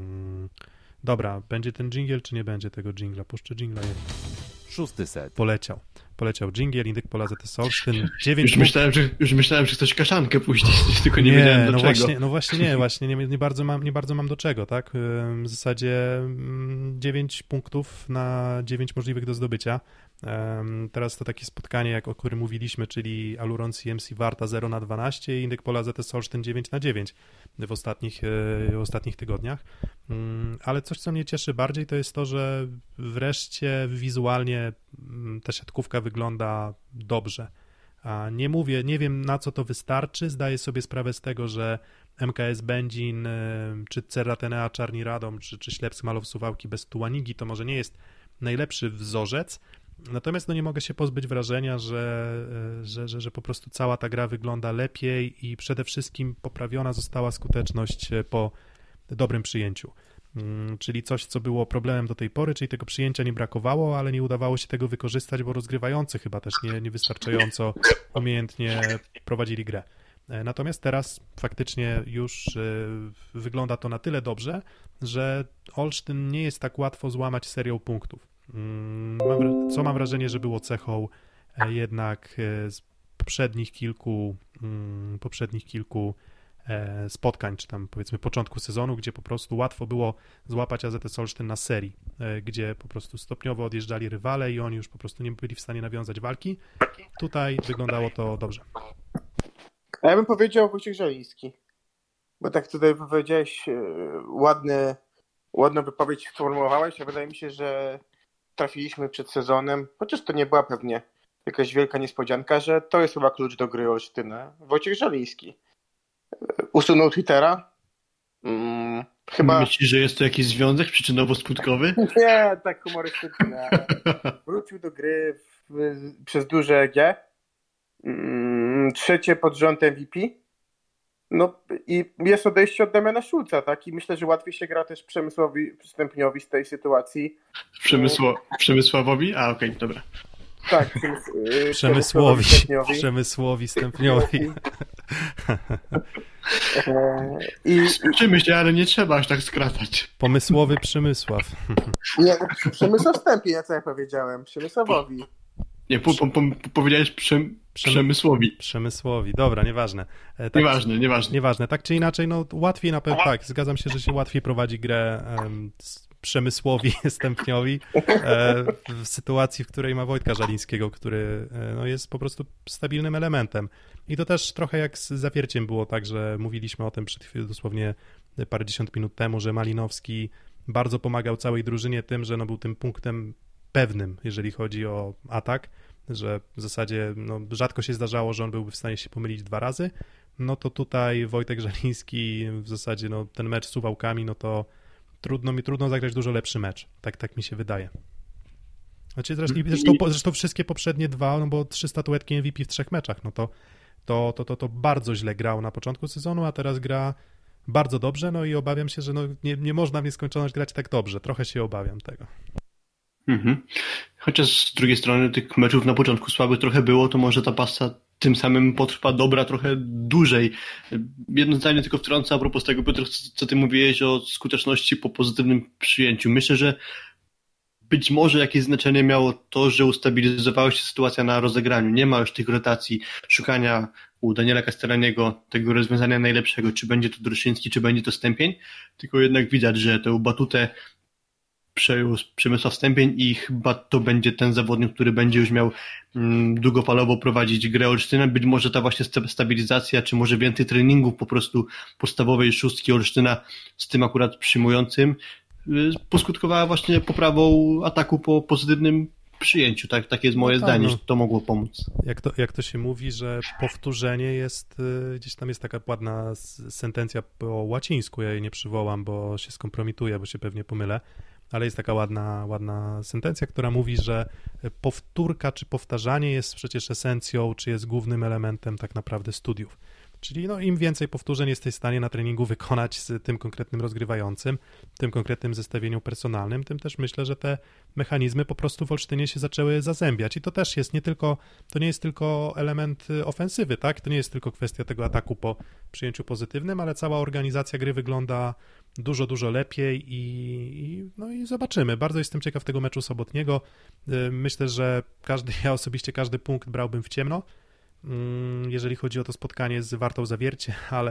Dobra, będzie ten dżingiel, czy nie będzie tego dżingla? Puszczę dżingla. 6. set. Poleciał dżingiel, Indykpol AZS Olsztyn. 9 już myślałem, że chcesz kaszankę puścić, tylko nie wiedziałem do czego. Właśnie nie bardzo mam do czego, tak? W zasadzie 9 punktów na 9 możliwych do zdobycia. Teraz to takie spotkanie, o którym mówiliśmy, czyli Aluron CMC Warta 0/12 i Indykpol AZS Olsztyn 9/9 w ostatnich tygodniach. Ale coś, co mnie cieszy bardziej, to jest to, że wreszcie wizualnie ta siatkówka wygląda dobrze. A nie wiem, na co to wystarczy. Zdaję sobie sprawę z tego, że MKS Będzin, czy Cerratenea Czarni Radom, czy Ślepsk Malow Suwałki bez Tułanigi to może nie jest najlepszy wzorzec, natomiast no nie mogę się pozbyć wrażenia, że po prostu cała ta gra wygląda lepiej i przede wszystkim poprawiona została skuteczność po dobrym przyjęciu. Czyli coś, co było problemem do tej pory, czyli tego przyjęcia nie brakowało, ale nie udawało się tego wykorzystać, bo rozgrywający chyba też niewystarczająco umiejętnie prowadzili grę. Natomiast teraz faktycznie już wygląda to na tyle dobrze, że Olsztyn nie jest tak łatwo złamać serią punktów. Co mam wrażenie, że było cechą jednak z poprzednich kilku spotkań, czy tam powiedzmy początku sezonu, gdzie po prostu łatwo było złapać AZS Olsztyn na serii, gdzie po prostu stopniowo odjeżdżali rywale i oni już po prostu nie byli w stanie nawiązać walki. Tutaj wyglądało to dobrze. A ja bym powiedział Wojciech Żeliński, bo tak tutaj powiedziałeś, ładną wypowiedź sformułowałeś, a wydaje mi się, że trafiliśmy przed sezonem, chociaż to nie była pewnie jakaś wielka niespodzianka, że to jest chyba klucz do gry Olsztyna. Wojciech Żeliński usunął Twittera. Chyba... Myślisz, że jest to jakiś związek przyczynowo-skutkowy? Nie, tak humorystyczny, ale wrócił do gry przez duże G. 3 pod rząd MVP. No i jest odejście od Damiana Szulca, tak? I myślę, że łatwiej się gra też Przemysłowi Stępniowi z tej sytuacji. Przemysławowi? A, okej, dobra. Tak, Przemysłowi Stępniowi. Przemyśl, ale nie trzeba aż tak skracać. Pomysłowy Przemysław. Nie, Przemysław Stępień, co ja powiedziałem? Przemysławowi. Nie, powiedziałeś Przemysłowi. Przemysłowi, dobra, nieważne. Tak, nieważne. Tak czy inaczej, no łatwiej na pewno, tak, zgadzam się, że się łatwiej prowadzi grę Przemysłowi Stępniowi w sytuacji, w której ma Wojtka Żalińskiego, który no, jest po prostu stabilnym elementem. I to też trochę jak z Zawierciem było tak, że mówiliśmy o tym dosłownie parędziesiąt minut temu, że Malinowski bardzo pomagał całej drużynie tym, że no, był tym punktem pewnym, jeżeli chodzi o atak, że w zasadzie no, rzadko się zdarzało, że on byłby w stanie się pomylić 2 razy, no to tutaj Wojtek Żaliński w zasadzie no, ten mecz z Suwałkami, no to trudno zagrać dużo lepszy mecz, tak mi się wydaje. Znaczy zresztą wszystkie poprzednie 2, no bo 3 statuetki MVP w 3 meczach, no to bardzo źle grał na początku sezonu, a teraz gra bardzo dobrze, no i obawiam się, że no nie można w nieskończoność grać tak dobrze, trochę się obawiam tego. Mhm. Chociaż z drugiej strony tych meczów na początku słabych trochę było, to może ta pasta tym samym potrwa dobra trochę dłużej. Jedno zdanie tylko wtrącę a propos tego, Piotr, co ty mówiłeś o skuteczności po pozytywnym przyjęciu. Myślę, że być może jakieś znaczenie miało to, że ustabilizowała się sytuacja na rozegraniu. Nie ma już tych rotacji, szukania u Daniela Castellaniego tego rozwiązania najlepszego, czy będzie to Druszyński, czy będzie to Stępień, tylko jednak widać, że tę batutę przejął Przemysław Stępień i chyba to będzie ten zawodnik, który będzie już miał długofalowo prowadzić grę Olsztyna. Być może ta właśnie stabilizacja, czy może więcej treningów po prostu podstawowej szóstki Olsztyna z tym akurat przyjmującym poskutkowała właśnie poprawą ataku po pozytywnym przyjęciu. Tak jest moje zdanie, że to mogło pomóc. Jak to się mówi, że powtórzenie jest, gdzieś tam jest taka ładna sentencja po łacińsku, ja jej nie przywołam, bo się skompromituję, bo się pewnie pomylę, ale jest taka ładna sentencja, która mówi, że powtórka czy powtarzanie jest przecież esencją, czy jest głównym elementem tak naprawdę studiów. Czyli im więcej powtórzeń jesteś w stanie na treningu wykonać z tym konkretnym rozgrywającym, tym konkretnym zestawieniu personalnym, tym też myślę, że te mechanizmy po prostu w Olsztynie się zaczęły zazębiać i to też jest to nie jest tylko element ofensywy, tak? To nie jest tylko kwestia tego ataku po przyjęciu pozytywnym, ale cała organizacja gry wygląda dużo lepiej i zobaczymy. Bardzo jestem ciekaw tego meczu sobotniego. Myślę, że ja osobiście każdy punkt brałbym w ciemno, jeżeli chodzi o to spotkanie z Wartą Zawiercie,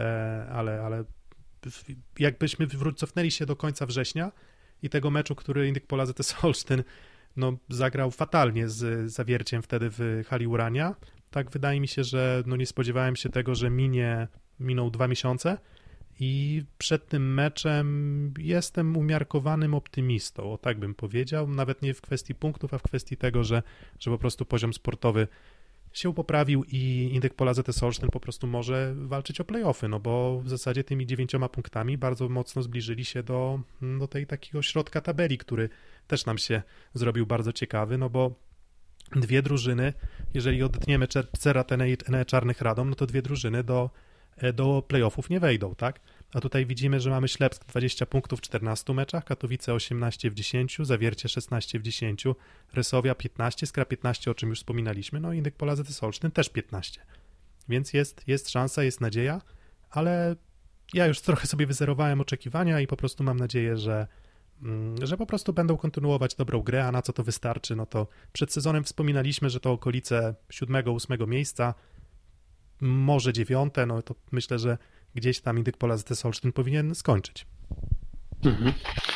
ale jakbyśmy cofnęli się do końca września i tego meczu, który Indyk Pola ZS Olsztyn zagrał fatalnie z Zawierciem wtedy w hali Urania, tak wydaje mi się, że nie spodziewałem się tego, że miną 2 miesiące i przed tym meczem jestem umiarkowanym optymistą, o tak bym powiedział, nawet nie w kwestii punktów, a w kwestii tego, że po prostu poziom sportowy się poprawił i Indyk Pola ZS Olsztyn po prostu może walczyć o play-offy, bo w zasadzie tymi 9 punktami bardzo mocno zbliżyli się do tej takiego środka tabeli, który też nam się zrobił bardzo ciekawy, bo dwie drużyny, jeżeli odetniemy Ceratę i Czarnych Radom, to dwie drużyny do play-offów nie wejdą, tak? A tutaj widzimy, że mamy Ślepsk 20 punktów w 14 meczach, Katowice 18 w 10, Zawiercie 16 w 10, Rysowia 15, Skra 15, o czym już wspominaliśmy, Indyk Pola ZS Olsztyn też 15. Więc jest szansa, jest nadzieja, ale ja już trochę sobie wyzerowałem oczekiwania i po prostu mam nadzieję, że po prostu będą kontynuować dobrą grę, a na co to wystarczy, to przed sezonem wspominaliśmy, że to okolice 7-8 miejsca, może 9, to myślę, że gdzieś tam Indyk Pola ZS Olsztyn powinien skończyć. Mhm.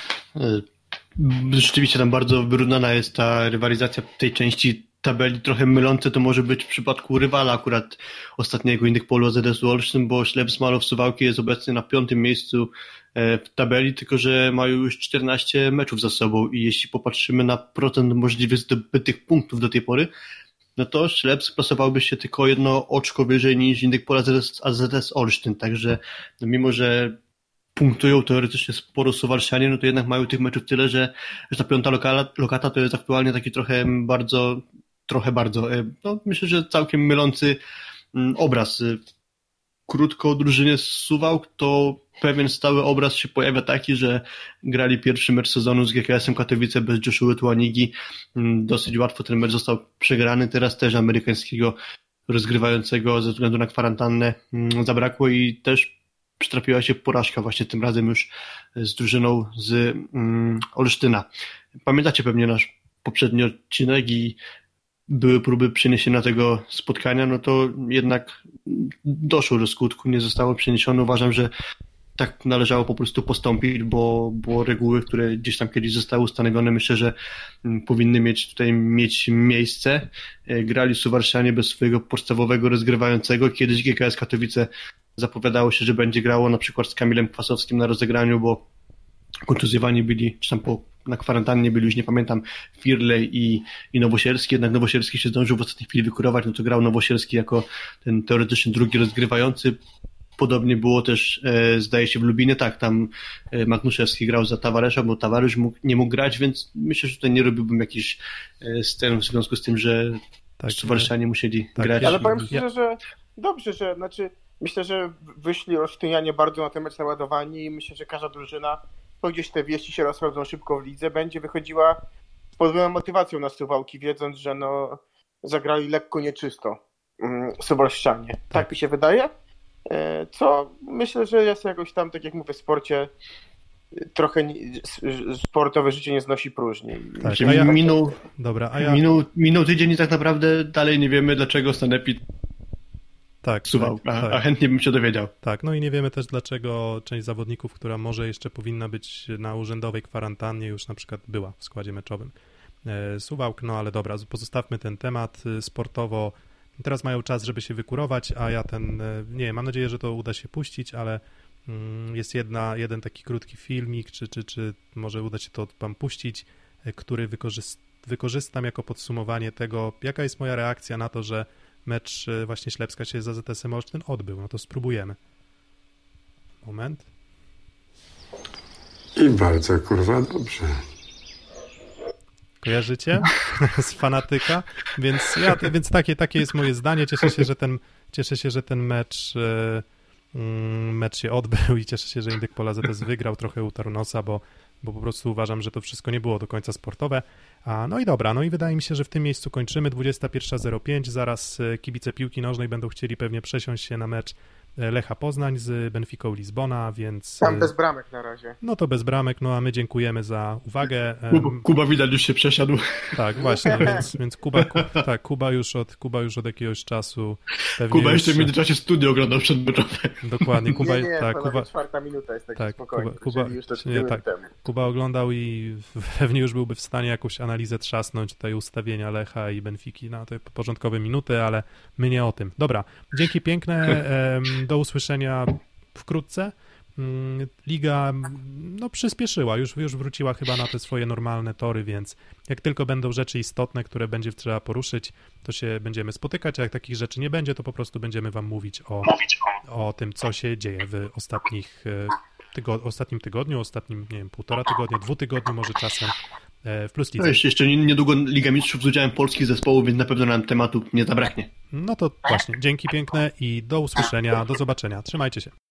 Rzeczywiście tam bardzo wyrównana jest ta rywalizacja tej części tabeli. Trochę mylące to może być w przypadku rywala akurat ostatniego Indyk Pola ZS Olsztyn, bo Ślepsk Malow Suwałki jest obecnie na 5. miejscu w tabeli, tylko że mają już 14 meczów za sobą i jeśli popatrzymy na procent możliwie zdobytych punktów do tej pory, to Ślepsk plasowałby się tylko 1 oczko wyżej niż Indyk Pola ZS Olsztyn, także mimo, że punktują teoretycznie sporo Suwalszczanie, to jednak mają tych meczów tyle, że ta 5. lokata to jest aktualnie taki bardzo, myślę, że całkiem mylący obraz. Krótko o drużynie z Suwałk, to pewien stały obraz się pojawia taki, że grali pierwszy mecz sezonu z GKS-em Katowice bez Joshua Tuanigi. Dosyć łatwo ten mecz został przegrany. Teraz też amerykańskiego rozgrywającego ze względu na kwarantannę zabrakło i też przytrafiła się porażka właśnie tym razem już z drużyną z Olsztyna. Pamiętacie pewnie nasz poprzedni odcinek i były próby przeniesienia tego spotkania, to jednak doszło do skutku, nie zostało przeniesione. Uważam, że tak należało po prostu postąpić, bo reguły, które gdzieś tam kiedyś zostały ustanowione, myślę, że powinny mieć miejsce. Grali Suwalszczanie bez swojego podstawowego rozgrywającego. Kiedyś GKS Katowice zapowiadało się, że będzie grało na przykład z Kamilem Kwasowskim na rozegraniu, bo kontuzjowani byli, czy tam na kwarantannie byli, już nie pamiętam, Firlej i Nowosielski, jednak Nowosielski się zdążył w ostatniej chwili wykurować, to grał Nowosielski jako ten teoretycznie drugi rozgrywający. Podobnie było też, zdaje się, w Lubinie, tak, tam Magnuszewski grał za Tawaresza, bo Tawarysz nie mógł grać, więc myślę, że tutaj nie robiłbym jakichś scen w związku z tym, że Suwalszczanie musieli grać. Ale powiem szczerze, że dobrze, myślę, że wyszli Olsztynianie bardzo na ten mecz naładowani i myślę, że każda drużyna, bo gdzieś te wieści się rozchodzą szybko w lidze, będzie wychodziła podwójną motywacją na Suwałki, wiedząc, że no zagrali lekko nieczysto Suwalszczanie. Tak mi się wydaje. Co myślę, że jest jakoś tam, tak jak mówię, w sporcie trochę sportowe życie nie znosi próżni. Tak, minął tydzień i tak naprawdę dalej nie wiemy, dlaczego Sanepid Suwałka, a chętnie bym się dowiedział. Tak, no i nie wiemy też, dlaczego część zawodników, która może jeszcze powinna być na urzędowej kwarantannie, już na przykład była w składzie meczowym Suwałk, no ale dobra, pozostawmy ten temat sportowo. Teraz mają czas, żeby się wykurować, a ja mam nadzieję, że to uda się puścić, ale jest jeden taki krótki filmik, czy może uda się to wam puścić, który wykorzystam jako podsumowanie tego, jaka jest moja reakcja na to, że mecz właśnie Ślepska się z AZS-em Olsztyn odbył. No to spróbujemy. Moment. I bardzo kurwa dobrze. Kojarzycie? Z fanatyka? Więc takie jest moje zdanie. Cieszę się, że ten mecz się odbył i cieszę się, że Indyk Pol AZS wygrał, trochę utarł nosa, bo po prostu uważam, że to wszystko nie było do końca sportowe. No i dobra, no i wydaje mi się, że w tym miejscu kończymy. 21:05, zaraz kibice piłki nożnej będą chcieli pewnie przesiąść się na mecz Lecha Poznań z Benficą Lizbona, więc... Tam bez bramek na razie. No to bez bramek, no a my dziękujemy za uwagę. Kuba widać już się przesiadł. Tak, właśnie, więc Kuba już od jakiegoś czasu pewnie Kuba jeszcze w międzyczasie studio oglądał przedmeczowe. Dokładnie, Kuba... Kuba 4 minuta jest taki spokojny, Kuba oglądał i pewnie już byłby w stanie jakąś analizę trzasnąć tutaj ustawienia Lecha i Benfiki na te porządkowe minuty, ale my nie o tym. Dobra, dzięki piękne, do usłyszenia wkrótce. Liga przyspieszyła, już wróciła chyba na te swoje normalne tory, więc jak tylko będą rzeczy istotne, które będzie trzeba poruszyć, to się będziemy spotykać, a jak takich rzeczy nie będzie, to po prostu będziemy wam mówić o tym, co się dzieje w ostatnim tygodniu, ostatnim, nie wiem, 1,5 tygodnia, 2 tygodniu może czasem w Plus Lidze. Jeszcze niedługo Liga Mistrzów z udziałem polskich zespołów, więc na pewno nam tematu nie zabraknie. No to właśnie, dzięki piękne i do usłyszenia, do zobaczenia. Trzymajcie się.